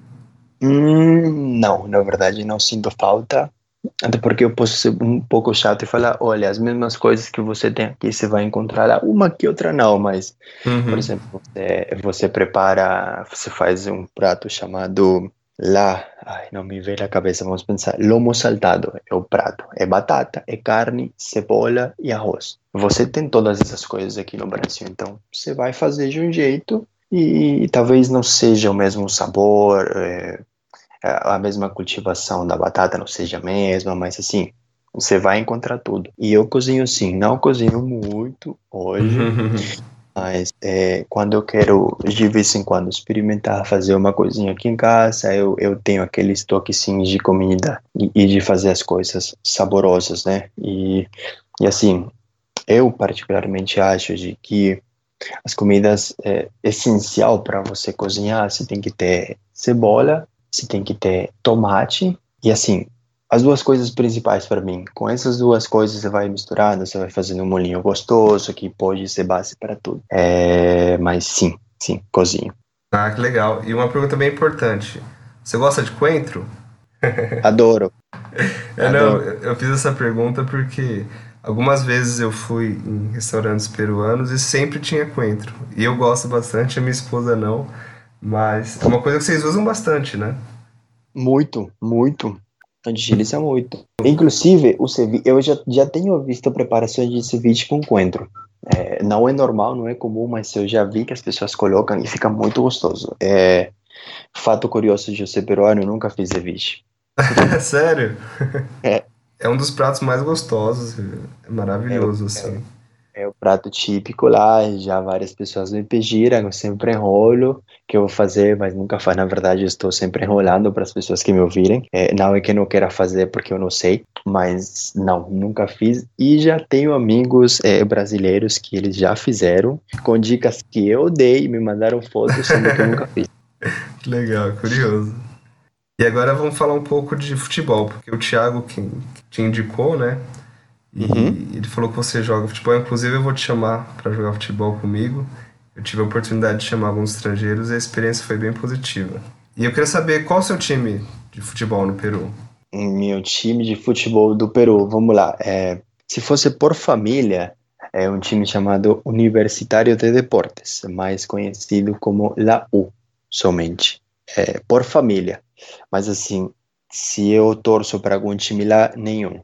Não, na verdade não sinto falta, até porque eu posso ser um pouco chato e falar, olha, as mesmas coisas que você tem aqui, você vai encontrar lá, uma que outra não, mas, por exemplo, você faz um prato chamado não me veio na cabeça, vamos pensar, lomo saltado é o prato, é batata, é carne, cebola e arroz. Você tem todas essas coisas aqui no Brasil, então você vai fazer de um jeito e talvez não seja o mesmo sabor, a mesma cultivação da batata não seja a mesma, mas assim, você vai encontrar tudo. E eu cozinho sim, não cozinho muito hoje, mas quando eu quero de vez em quando experimentar fazer uma coisinha aqui em casa, eu tenho aquele estoque sim de comida e de fazer as coisas saborosas, né? E assim, eu particularmente acho de que as comidas essencial para você cozinhar, você tem que ter cebola, você tem que ter tomate e assim, as duas coisas principais para mim. Com essas duas coisas você vai misturando, você vai fazendo um molhinho gostoso que pode ser base para tudo. Mas sim, cozinho. Ah, que legal. E uma pergunta bem importante. Você gosta de coentro? Adoro. Não, eu fiz essa pergunta porque algumas vezes eu fui em restaurantes peruanos e sempre tinha coentro. E eu gosto bastante, a minha esposa não. Mas é uma coisa que vocês usam bastante, né? Muito, muito. A gente utiliza muito. Inclusive, o ceviche, eu já tenho visto preparações de ceviche com coentro. Não é normal, não é comum, mas eu já vi que as pessoas colocam e fica muito gostoso. Fato curioso de eu ser peruano, eu nunca fiz ceviche. Sério? É um dos pratos mais gostosos, é maravilhoso, assim. É o prato típico lá, já várias pessoas me pediram, eu sempre enrolo, que eu vou fazer, mas nunca faço. Na verdade, eu estou sempre enrolando para as pessoas que me ouvirem. Não é que eu não queira fazer porque eu não sei, mas não, nunca fiz. E já tenho amigos brasileiros que eles já fizeram, com dicas que eu dei e me mandaram fotos, sendo que eu nunca fiz. Que legal, curioso. E agora vamos falar um pouco de futebol, porque o Thiago que te indicou, né? E ele falou que você joga futebol, inclusive eu vou te chamar para jogar futebol comigo. Eu tive a oportunidade de chamar alguns estrangeiros e a experiência foi bem positiva. E eu queria saber qual é o seu time de futebol no Peru? Meu time de futebol do Peru, vamos lá. Se fosse por família, é um time chamado Universitário de Deportes, mais conhecido como La U, somente. Por família. Mas assim, se eu torço para algum time lá, nenhum.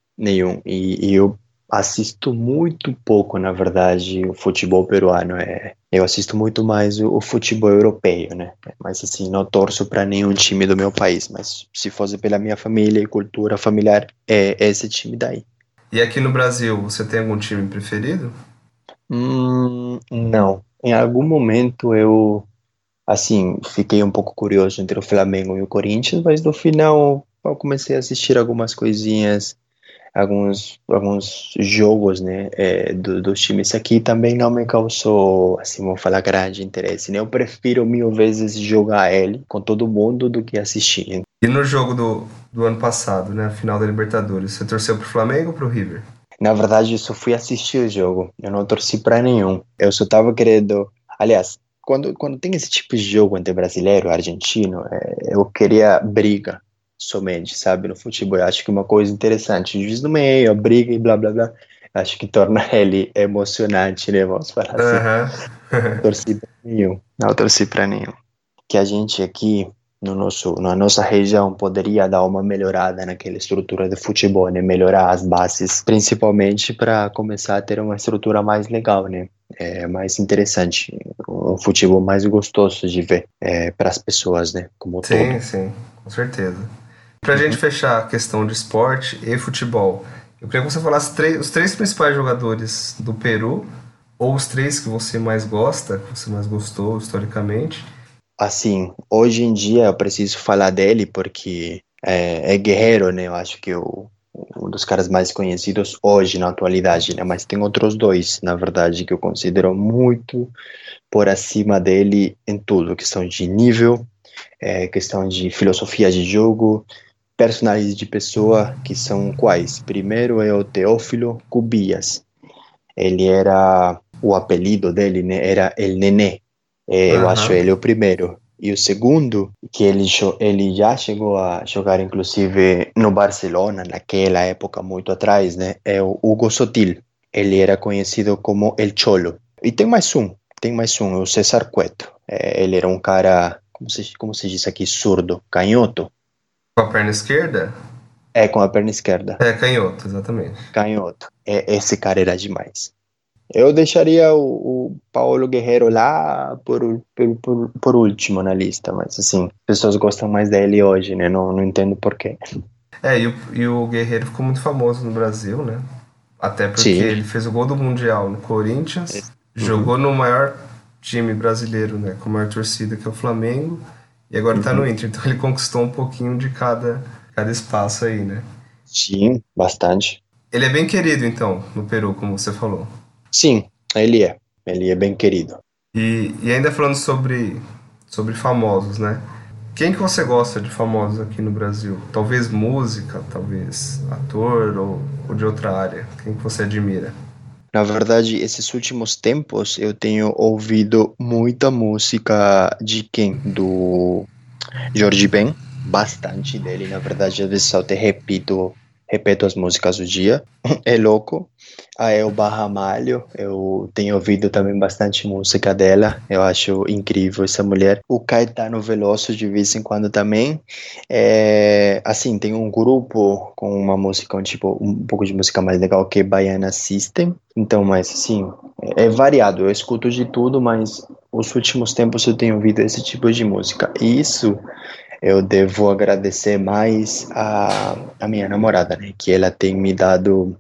E eu assisto muito pouco, na verdade, o futebol peruano. Eu assisto muito mais o futebol europeu, né? Mas assim, não torço para nenhum time do meu país. Mas se fosse pela minha família e cultura familiar, é esse time daí. E aqui no Brasil, você tem algum time preferido? Não. Em algum momento eu, assim, fiquei um pouco curioso entre o Flamengo e o Corinthians, mas no final eu comecei a assistir algumas coisinhas, alguns jogos, né, dos times aqui também não me causou, assim, vou falar, grande interesse, né? Eu prefiro 1000 vezes jogar ele com todo mundo do que assistir. E no jogo do ano passado, né, a final da Libertadores, você torceu pro Flamengo ou pro River? Na verdade, eu só fui assistir o jogo, eu não torci para nenhum. Eu só tava querendo, aliás, quando tem esse tipo de jogo entre brasileiro e argentino, eu queria briga somente, sabe, no futebol. Eu acho que uma coisa interessante, o juiz no meio, a briga e blá blá blá, acho que torna ele emocionante, né, vamos falar assim. Não torci pra nenhum. Que a gente aqui, na nossa região, poderia dar uma melhorada naquela estrutura de futebol, né, melhorar as bases, principalmente para começar a ter uma estrutura mais legal, né, mais interessante, um futebol mais gostoso de ver para as pessoas, né, como todo. Sim, com certeza. Pra gente fechar a questão de esporte e futebol, eu queria que você falasse os três principais jogadores do Peru, ou os três que você mais gosta, que você mais gostou historicamente. Assim, hoje em dia eu preciso falar dele porque é guerreiro, né? Eu acho que o um dos caras mais conhecidos hoje, na atualidade, né? Mas tem outros dois, na verdade, que eu considero muito por acima dele em tudo. Questão de nível, questão de filosofia de jogo, personagens de pessoa, que são quais? Primeiro é o Teófilo Cubillas. Ele era, o apelido dele, né, era El Nené. Eu acho ele o primeiro. E o segundo, que ele já chegou a jogar, inclusive, no Barcelona, naquela época, muito atrás, né, é o Hugo Sotil. Ele era conhecido como El Cholo. E tem mais um, o César Cueto. Ele era um cara, como se diz aqui, surdo, canhoto. Com a perna esquerda? Com a perna esquerda. Canhoto, exatamente. Canhoto. Esse cara era demais. Eu deixaria o Paulo Guerreiro lá por último na lista, mas assim, as pessoas gostam mais dele hoje, né? Não entendo por quê. E o Guerreiro ficou muito famoso no Brasil, né? Até porque Sim. ele fez o gol do Mundial no Corinthians, jogou no maior time brasileiro, né? Com a maior torcida, que é o Flamengo, e agora tá no Inter. Então ele conquistou um pouquinho de cada espaço aí, né? Sim, bastante. Ele é bem querido, então, no Peru, como você falou. Sim, ele é bem querido. E ainda falando sobre famosos, né? Quem que você gosta de famosos aqui no Brasil? Talvez música, talvez ator ou de outra área? Quem que você admira? Na verdade, esses últimos tempos eu tenho ouvido muita música de quem? Do Jorge Ben, bastante dele, na verdade, às vezes só te repito as músicas do dia, é louco. A Elba Ramalho, eu tenho ouvido também bastante música dela, eu acho incrível essa mulher. O Caetano Veloso de vez em quando também, assim, tem um grupo com uma música, um pouco de música mais legal, que é Baiana System, então, mas assim, é variado, eu escuto de tudo, mas os últimos tempos eu tenho ouvido esse tipo de música, e isso eu devo agradecer mais a minha namorada, né? Que ela tem me dado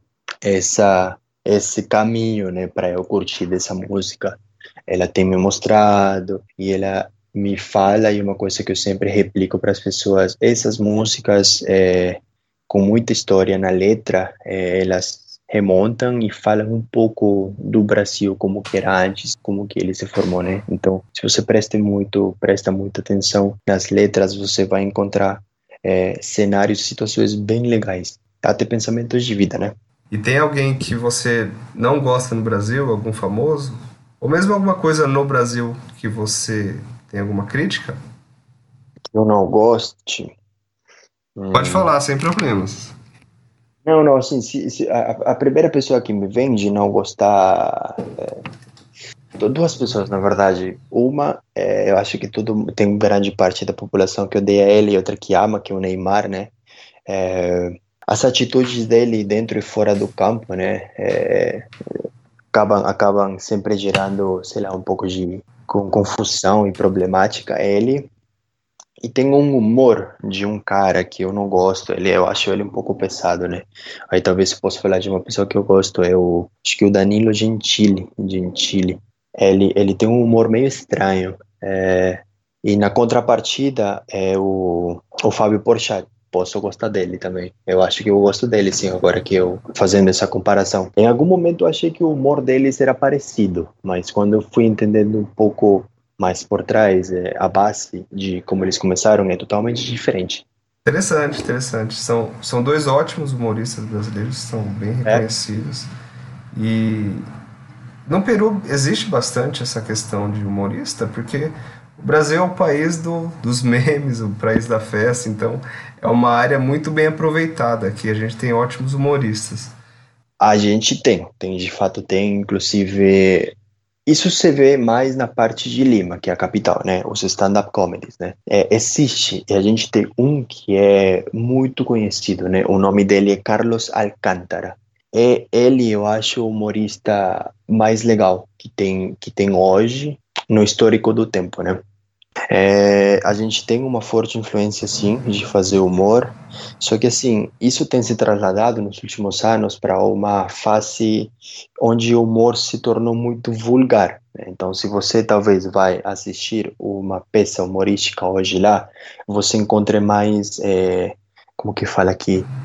esse caminho, né? Para eu curtir dessa música. Ela tem me mostrado e ela me fala, e uma coisa que eu sempre replico para as pessoas, essas músicas com muita história na letra, elas remontam e falam um pouco do Brasil, como que era antes, como que ele se formou, né? Então, se você presta muita atenção nas letras, você vai encontrar cenários, situações bem legais, até pensamentos de vida, né? E tem alguém que você não gosta no Brasil, algum famoso? Ou mesmo alguma coisa no Brasil que você tem alguma crítica? Que eu não goste? Pode falar, sem problemas. Não, assim, se a primeira pessoa que me vem de não gostar, duas pessoas, na verdade. Uma, eu acho que tem grande parte da população que odeia ele e outra que ama, que é o Neymar, né? As atitudes dele dentro e fora do campo, né? Acabam sempre gerando, sei lá, um pouco de confusão e problemática. E tem um humor de um cara que eu não gosto, eu acho ele um pouco pesado, né? Aí talvez eu possa falar de uma pessoa que eu gosto, acho que o Danilo Gentili. Ele tem um humor meio estranho. E na contrapartida é o Fábio Porchat. Posso gostar dele também. Eu acho que eu gosto dele, sim, agora que eu fazendo essa comparação. Em algum momento eu achei que o humor deles era parecido, mas quando eu fui entendendo um pouco mais por trás, a base de como eles começaram é totalmente diferente. Interessante. São dois ótimos humoristas brasileiros, são bem reconhecidos. E no Peru existe bastante essa questão de humorista, porque o Brasil é o país dos memes, o país da festa, então é uma área muito bem aproveitada. Aqui a gente tem ótimos humoristas. A gente de fato tem, inclusive. Isso se vê mais na parte de Lima, que é a capital, né? Os stand-up comedies, né? Existe, e a gente tem um que é muito conhecido, né? O nome dele é Carlos Alcântara. Ele, eu acho, o humorista mais legal que tem hoje no histórico do tempo, né? A gente tem uma forte influência, sim, de fazer humor, só que, assim, isso tem se trasladado nos últimos anos para uma fase onde o humor se tornou muito vulgar, né? Então, se você talvez vai assistir uma peça humorística hoje lá, você encontra mais, como que fala aqui,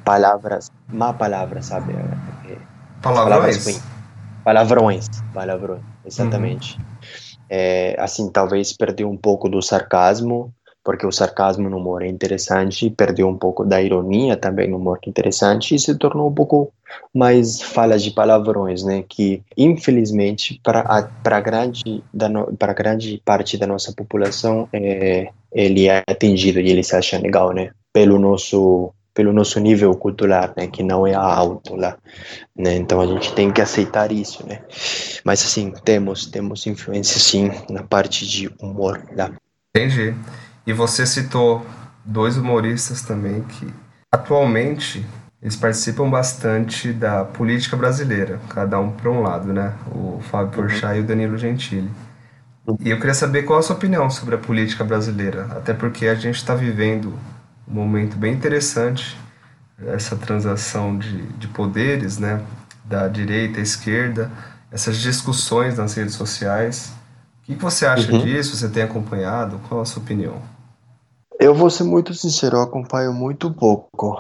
má palavras, sabe? Palavras ruins. Palavrões? Palavrões, exatamente. Assim, talvez perdeu um pouco do sarcasmo, porque o sarcasmo no humor é interessante, perdeu um pouco da ironia também no humor, que é interessante, e se tornou um pouco mais falas de palavrões, né? Que, infelizmente, para grande parte da nossa população, ele é atingido e ele se acha legal, né? Pelo nosso nível cultural, né? Que não é alto lá, né? Então a gente tem que aceitar isso, né? Mas assim, temos influência sim na parte de humor lá. Entendi. E você citou dois humoristas também que atualmente eles participam bastante da política brasileira, cada um para um lado, né? O Fábio Porchat e o Danilo Gentili. E eu queria saber qual a sua opinião sobre a política brasileira, até porque a gente está vivendo um momento bem interessante, essa transação de poderes, né? Da direita à esquerda, essas discussões nas redes sociais. O que você acha disso? Você tem acompanhado? Qual a sua opinião? Eu vou ser muito sincero, eu acompanho muito pouco.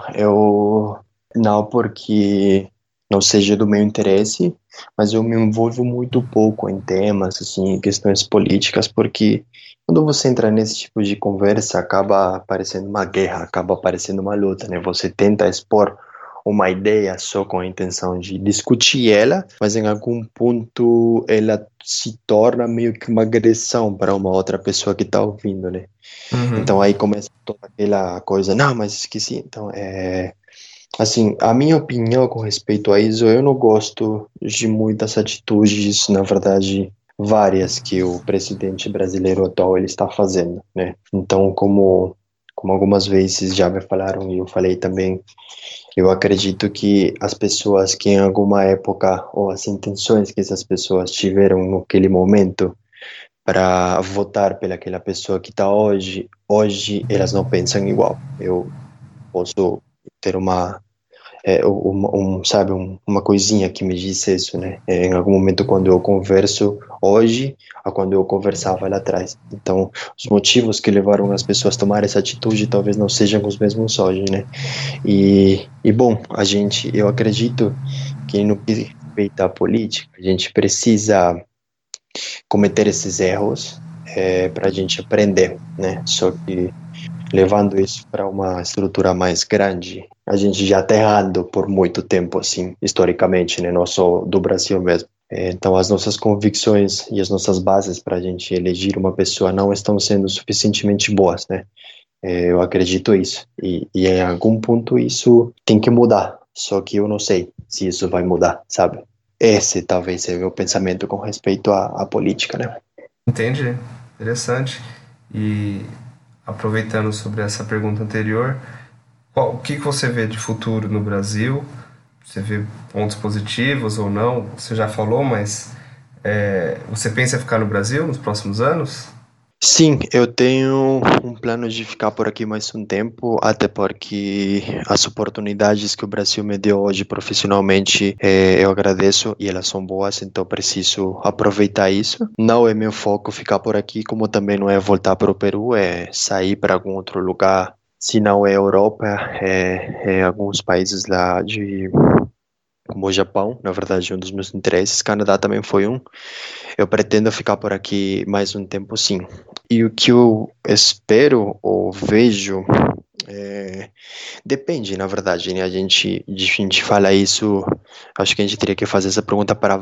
Não porque não seja do meu interesse, mas eu me envolvo muito pouco em temas, assim, questões políticas, porque quando você entra nesse tipo de conversa, acaba parecendo uma guerra, acaba parecendo uma luta, né? Você tenta expor uma ideia só com a intenção de discutir ela, mas em algum ponto ela se torna meio que uma agressão para uma outra pessoa que está ouvindo, né? Então aí começa toda aquela coisa, não, mas esqueci. Então, assim, a minha opinião com respeito a isso, eu não gosto de muitas atitudes, na verdade, várias que o presidente brasileiro atual ele está fazendo, né? Então, como algumas vezes já me falaram e eu falei também, eu acredito que as pessoas que em alguma época, ou as intenções que essas pessoas tiveram naquele momento para votar pelaquela pessoa que está hoje elas não pensam igual. Eu posso ter uma coisinha que me diz isso, né? Em algum momento quando eu converso hoje, a quando eu conversava lá atrás. Então, os motivos que levaram as pessoas a tomar essa atitude talvez não sejam os mesmos hoje, né? E bom, eu acredito que no que respeita à política, a gente precisa cometer esses erros para a gente aprender, né? Só que levando isso para uma estrutura mais grande, a gente já está errando por muito tempo, assim, historicamente, né? Não só do Brasil mesmo. Então, as nossas convicções e as nossas bases para a gente eleger uma pessoa não estão sendo suficientemente boas, né? Eu acredito isso. E em algum ponto isso tem que mudar. Só que eu não sei se isso vai mudar, sabe? Esse talvez é o meu pensamento com respeito à política, né? Entendi. Interessante. E aproveitando sobre essa pergunta anterior, o que você vê de futuro no Brasil? Você vê pontos positivos ou não? Você já falou, mas você pensa em ficar no Brasil nos próximos anos? Sim, eu tenho um plano de ficar por aqui mais um tempo, até porque as oportunidades que o Brasil me deu hoje profissionalmente, eu agradeço e elas são boas, então preciso aproveitar isso. Não é meu foco ficar por aqui, como também não é voltar para o Peru, é sair para algum outro lugar. Se não é Europa, é alguns países lá como o Japão, na verdade, um dos meus interesses. Canadá também foi um. Eu pretendo ficar por aqui mais um tempo, sim. E o que eu espero ou vejo depende, na verdade, né? A gente fala isso, acho que a gente teria que fazer essa pergunta para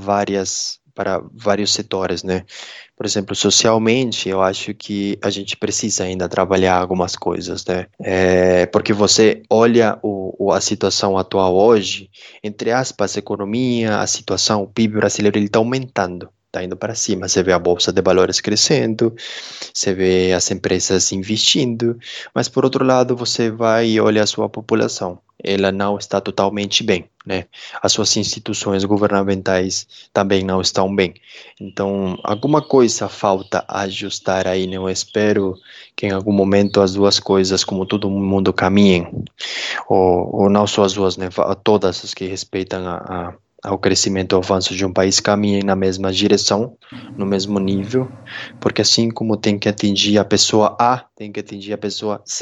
vários setores, né? Por exemplo, socialmente, eu acho que a gente precisa ainda trabalhar algumas coisas, né? Porque você olha a situação atual hoje, entre aspas, a economia, a situação, o PIB brasileiro, ele está aumentando. Está indo para cima, você vê a bolsa de valores crescendo, você vê as empresas investindo, mas por outro lado você vai e olha a sua população, ela não está totalmente bem, né? As suas instituições governamentais também não estão bem, então alguma coisa falta ajustar aí, né? Eu espero que em algum momento as duas coisas, como todo mundo, caminhem, ou não só as duas, né? Todas as que respeitam ao crescimento e avanço de um país caminhem na mesma direção, no mesmo nível, porque assim como tem que atingir a pessoa A, tem que atingir a pessoa C.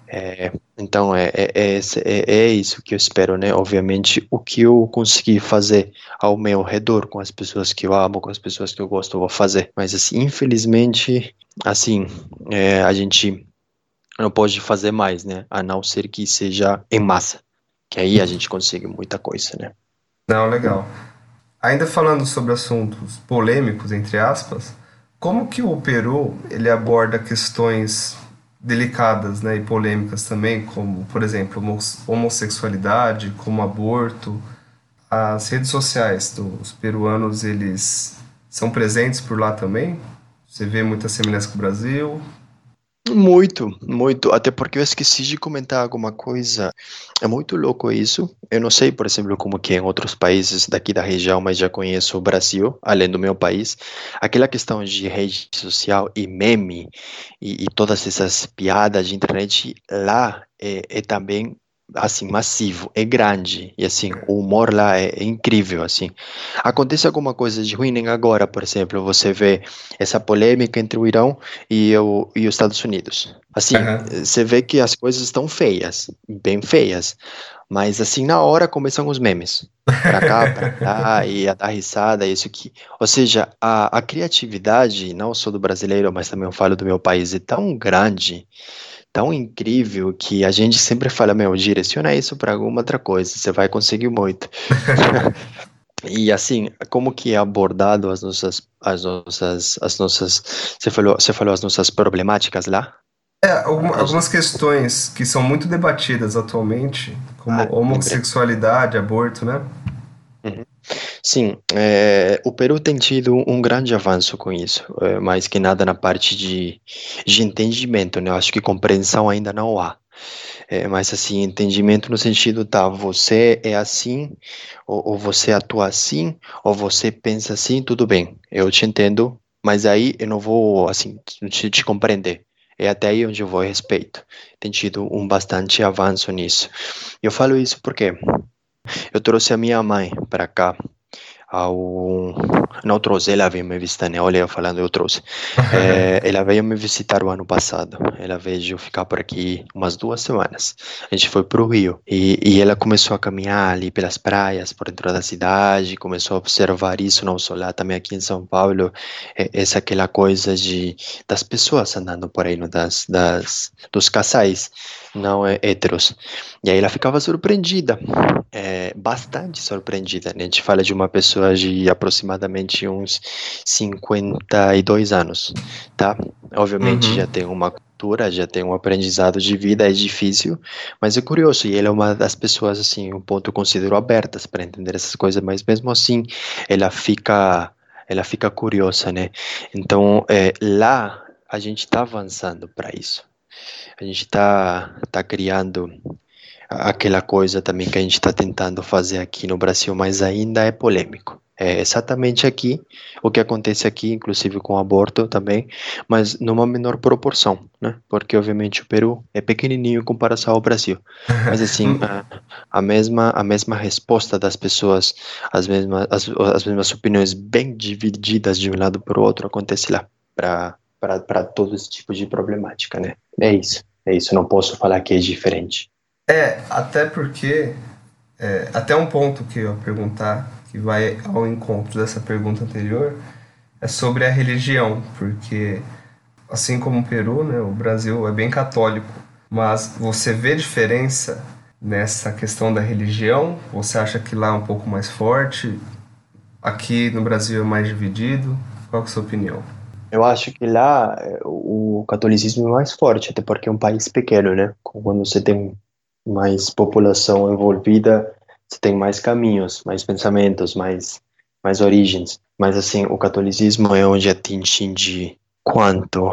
Então é isso que eu espero, né? Obviamente, o que eu conseguir fazer ao meu redor, com as pessoas que eu amo, com as pessoas que eu gosto, eu vou fazer. Mas, assim, infelizmente, assim, a gente não pode fazer mais, né? A não ser que seja em massa, que aí a gente consegue muita coisa, né? Não, legal. Ainda falando sobre assuntos polêmicos, entre aspas, como que o Peru ele aborda questões delicadas, né, e polêmicas também, como, por exemplo, homossexualidade, como aborto? As redes sociais dos peruanos, eles são presentes por lá também? Você vê muita semelhança com o Brasil? Muito, muito. Até porque eu esqueci de comentar alguma coisa. É muito louco isso. Eu não sei, por exemplo, como que é em outros países daqui da região, mas já conheço o Brasil, além do meu país. Aquela questão de rede social e meme e todas essas piadas de internet lá é também assim massivo, é grande e assim o humor lá é incrível assim. Acontece alguma coisa de ruim nem agora, por exemplo, você vê essa polêmica entre o Irão e os Estados Unidos. Assim, Aham. você vê que as coisas estão feias, bem feias, mas assim na hora começam os memes. Para cá, e a dar risada, isso aqui. Ou seja, a criatividade, não só do brasileiro, mas também eu falo do meu país, é tão grande, tão incrível, que a gente sempre fala, meu, direciona isso para alguma outra coisa, você vai conseguir muito. E assim, como que é abordado você falou as nossas problemáticas lá? As- Algumas questões que são muito debatidas atualmente, como lembrei. homossexualidade, aborto, né? Uhum. Sim, o Peru tem tido um grande avanço com isso, mais que nada na parte de entendimento, né? Eu acho que compreensão ainda não há. Mas assim, entendimento no sentido, tá, você é assim, ou você atua assim, ou você pensa assim, tudo bem, eu te entendo, mas aí eu não vou, assim, te compreender. É até aí onde eu vou, respeito. Tem tido um bastante avanço nisso. Eu falo isso porque eu trouxe a minha mãe para cá ao... Não trouxe, ela veio me visitar, né? Olha, eu falando, eu trouxe. Ela veio me visitar o ano passado. Ela veio ficar por aqui umas 2 semanas. A gente foi para o Rio e ela começou a caminhar ali pelas praias, por dentro da cidade, começou a observar isso, não só lá, também aqui em São Paulo, essa aquela coisa das pessoas andando por aí, no, dos casais não héteros. E aí ela ficava surpreendida, bastante surpreendida, né? A gente fala de uma pessoa de aproximadamente uns 52 anos, tá? Obviamente já Uhum. tem uma cultura, já tem um aprendizado de vida, é difícil, mas é curioso, e ela é uma das pessoas, assim, um ponto eu considero abertas para entender essas coisas, mas mesmo assim ela fica curiosa, né? Então, lá a gente está avançando para isso. A gente tá criando aquela coisa também que a gente está tentando fazer aqui no Brasil, mas ainda é polêmico. É exatamente aqui o que acontece aqui, inclusive com o aborto também, mas numa menor proporção, né? Porque obviamente o Peru é pequenininho em comparação ao Brasil. Mas assim, a mesma resposta das pessoas, as mesmas opiniões bem divididas de um lado para o outro acontece lá, para todo esse tipo de problemática, né? É isso, não posso falar que é diferente. Até porque, até um ponto que eu ia perguntar, que vai ao encontro dessa pergunta anterior, é sobre a religião, porque, assim como o Peru, né, o Brasil é bem católico, mas você vê diferença nessa questão da religião? Você acha que lá é um pouco mais forte? Aqui no Brasil é mais dividido? Qual que é a sua opinião? Eu acho que lá o catolicismo é mais forte, até porque é um país pequeno, né? Quando você tem mais população envolvida, você tem mais caminhos, mais pensamentos, mais origens. Mas assim, o catolicismo é onde atinge quanto?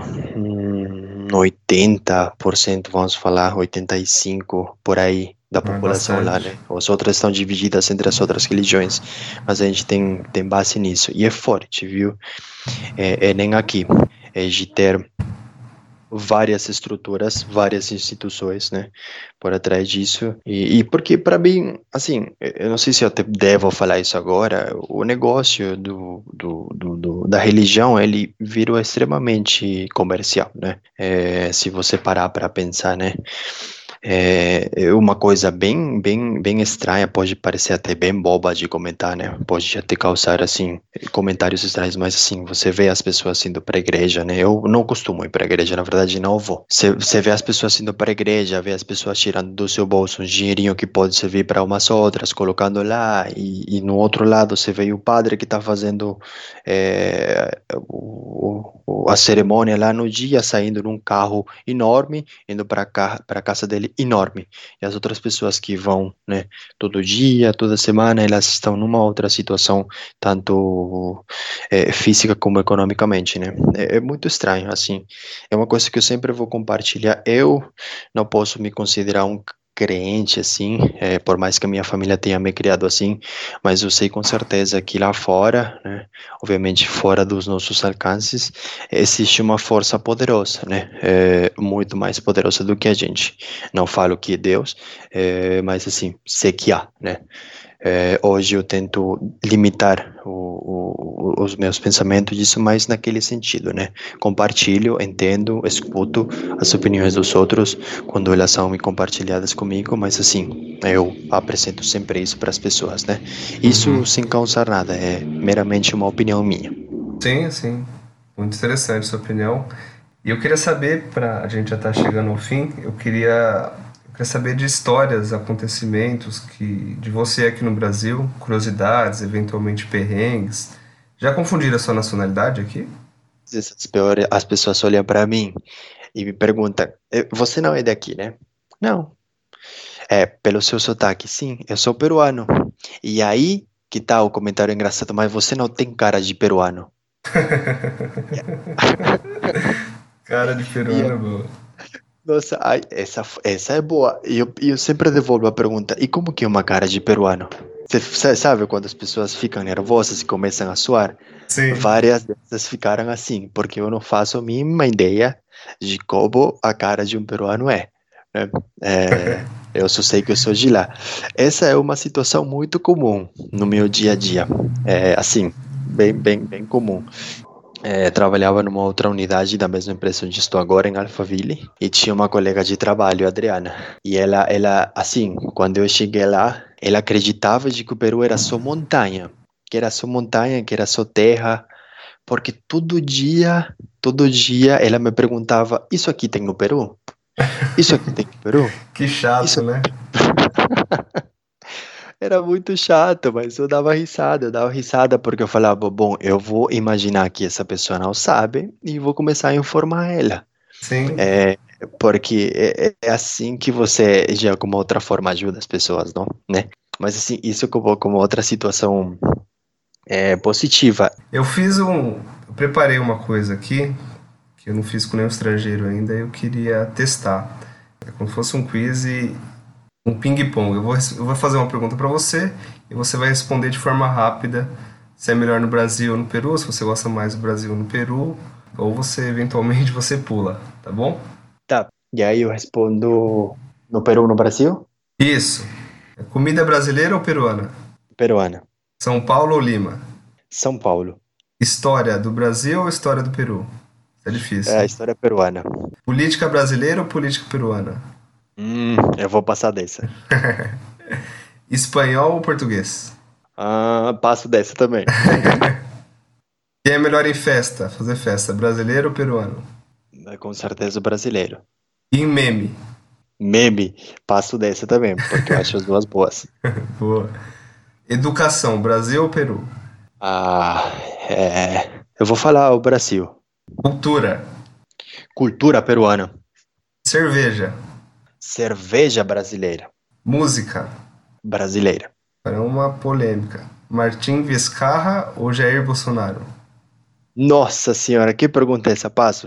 80%, vamos falar, 85% por aí da É população lá, bastante. né? As outras estão divididas entre as outras religiões, mas a gente tem base nisso. E é forte, viu? Nem aqui. É de ter várias estruturas, várias instituições, né, por atrás disso. E porque, para mim, assim, eu não sei se eu devo falar isso agora, o negócio da religião, ele virou extremamente comercial, né? Se você parar para pensar, né? É uma coisa bem estranha, pode parecer até bem boba de comentar, né? Pode até causar, assim, comentários estranhos, mas, assim, você vê as pessoas indo para a igreja, né? Eu não costumo ir para a igreja, na verdade, não vou. Você vê as pessoas indo para a igreja, vê as pessoas tirando do seu bolso um dinheirinho que pode servir para umas outras, colocando lá, e no outro lado você vê o padre que está fazendo a cerimônia lá no dia, saindo num carro enorme, indo para a casa dele enorme, e as outras pessoas que vão, né, todo dia, toda semana, elas estão numa outra situação, tanto física como economicamente, né? É muito estranho, assim, é uma coisa que eu sempre vou compartilhar. Eu não posso me considerar um crente, assim, por mais que a minha família tenha me criado assim, mas eu sei com certeza que lá fora, né, obviamente fora dos nossos alcances, existe uma força poderosa, né, muito mais poderosa do que a gente. Não falo que é Deus, mas assim, sei que há, né. Hoje eu tento limitar os meus pensamentos disso, mais naquele sentido, né? Compartilho, entendo, escuto as opiniões dos outros quando elas são compartilhadas comigo, mas assim, eu apresento sempre isso para as pessoas, né? Isso sem causar nada, é meramente uma opinião minha. Sim, sim. Muito interessante sua opinião. E eu queria saber, a gente já está chegando ao fim, eu queria saber de histórias, acontecimentos de você aqui no Brasil, curiosidades, eventualmente perrengues. Já confundiram a sua nacionalidade aqui? As pessoas olham para mim e me perguntam: você não é daqui, né? Não. Pelo seu sotaque, sim, eu sou peruano. E aí que tá o comentário engraçado, mas você não tem cara de peruano. Cara de peruano, boa. Nossa, ai, essa é boa. E eu sempre devolvo a pergunta: e como que é uma cara de peruano? Você sabe quando as pessoas ficam nervosas e começam a suar? Sim. Várias dessas ficaram assim, porque eu não faço a mínima ideia de como a cara de um peruano é, né? Eu só sei que eu sou de lá. Essa é uma situação muito comum no meu dia a dia. Assim, bem comum. Trabalhava numa outra unidade da mesma empresa onde estou agora, em Alphaville, e tinha uma colega de trabalho, Adriana, e ela, assim, quando eu cheguei lá, ela acreditava de que o Peru era só montanha, que era só terra, porque todo dia, ela me perguntava: isso aqui tem no Peru? Isso aqui tem no Peru? Que chato, né? Era muito chato, mas eu dava risada porque eu falava: bom, eu vou imaginar que essa pessoa não sabe e vou começar a informar ela. Sim. Porque é assim que você, de alguma outra forma, ajuda as pessoas, não? Né? Mas assim, isso como outra situação positiva. Eu preparei uma coisa aqui, que eu não fiz com nenhum estrangeiro ainda, eu queria testar. É como se fosse um quiz e um ping-pong. Eu vou fazer uma pergunta para você e você vai responder de forma rápida se é melhor no Brasil ou no Peru, se você gosta mais do Brasil ou no Peru, ou eventualmente você pula, tá bom? Tá, e aí eu respondo no Peru ou no Brasil? Isso. Comida brasileira ou peruana? Peruana. São Paulo ou Lima? São Paulo. História do Brasil ou história do Peru? É difícil. A história peruana. Política brasileira ou política peruana? Eu vou passar dessa. Espanhol ou português? Passo dessa também. Quem é melhor em festa? Fazer festa, brasileiro ou peruano? Com certeza brasileiro. E em meme? Meme, passo dessa também, porque eu acho as duas boas. Boa. Educação, Brasil ou Peru? Eu vou falar o Brasil. Cultura. Cultura peruana. Cerveja. Cerveja brasileira. Música. Brasileira. É uma polêmica. Martim Vizcarra ou Jair Bolsonaro? Nossa senhora, que pergunta é essa? Passo.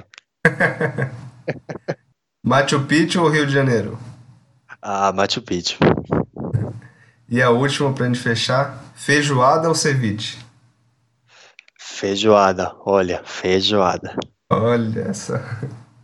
Machu Picchu ou Rio de Janeiro? Machu Picchu. E a última, pra gente fechar, feijoada ou ceviche? Feijoada, olha, feijoada. Olha essa.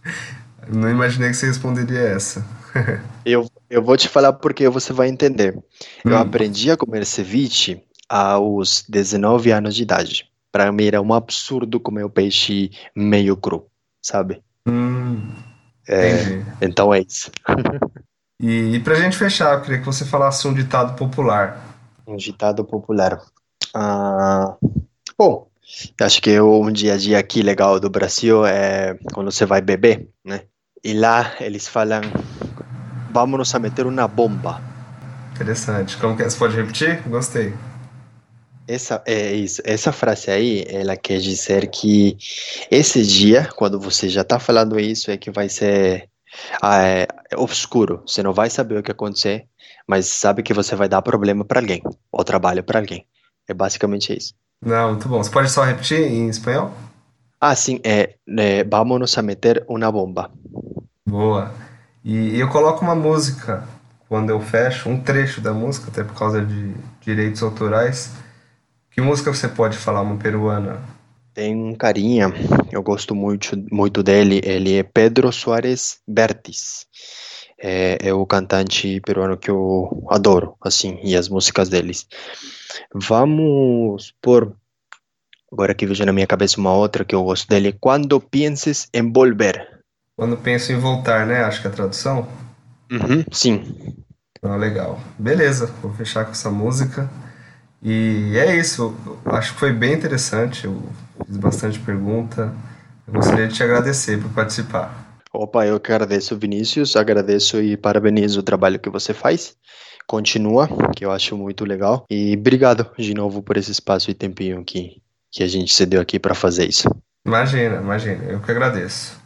Não imaginei que você responderia essa. Eu vou te falar porque você vai entender. Eu Hum, aprendi a comer ceviche aos 19 anos de idade. Para mim era um absurdo comer o peixe meio cru, sabe? hum, É, entendi. então é isso. E pra gente fechar, eu queria que você falasse um ditado popular. Um ditado popular. Ah, bom, eu acho que um dia a dia aqui legal do Brasil é quando você vai beber, né? E lá eles falam, vamos a meter uma bomba. Interessante. Como que é? Você pode repetir? Gostei. Essa é isso. Essa frase aí, ela quer dizer que esse dia, quando você já está falando isso, é que vai ser obscuro. Você não vai saber o que acontecer, mas sabe que você vai dar problema para alguém, ou trabalho para alguém. É basicamente isso. Não, muito bom. Você pode só repetir em espanhol? Ah, sim, vámonos a meter uma bomba. Boa. E eu coloco uma música quando eu fecho, um trecho da música, até por causa de direitos autorais. Que música você pode falar, uma peruana? Tem um carinha, eu gosto muito dele, ele é Pedro Soares Bertis. É o cantante peruano que eu adoro, assim, e as músicas deles. Vamos por, agora que vejo na minha cabeça uma outra que eu gosto dele, Quando Pienses em Volver. Quando penso em voltar, né? Acho que é a tradução. Uhum, sim. Ah, legal. Beleza, vou fechar com essa música. E é isso. Eu acho que foi bem interessante. Eu fiz bastante pergunta. Eu gostaria de te agradecer por participar. Opa, eu que agradeço, Vinícius, agradeço e parabenizo o trabalho que você faz. Continua, que eu acho muito legal. E obrigado de novo por esse espaço e tempinho que a gente se deu aqui para fazer isso. Imagina, imagina. Eu que agradeço.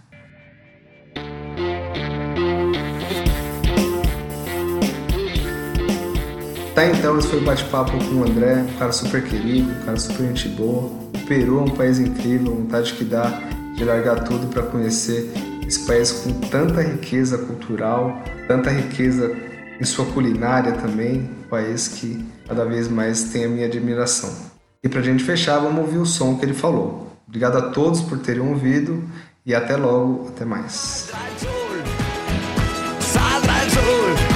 Tá, então, esse foi o bate-papo com o André, um cara super querido, um cara super gente boa. O Peru é um país incrível, vontade que dá de largar tudo para conhecer esse país com tanta riqueza cultural, tanta riqueza em sua culinária também, um país que cada vez mais tem a minha admiração. E pra gente fechar, vamos ouvir o som que ele falou. Obrigado a todos por terem ouvido e até logo, até mais. Saldrá el sol.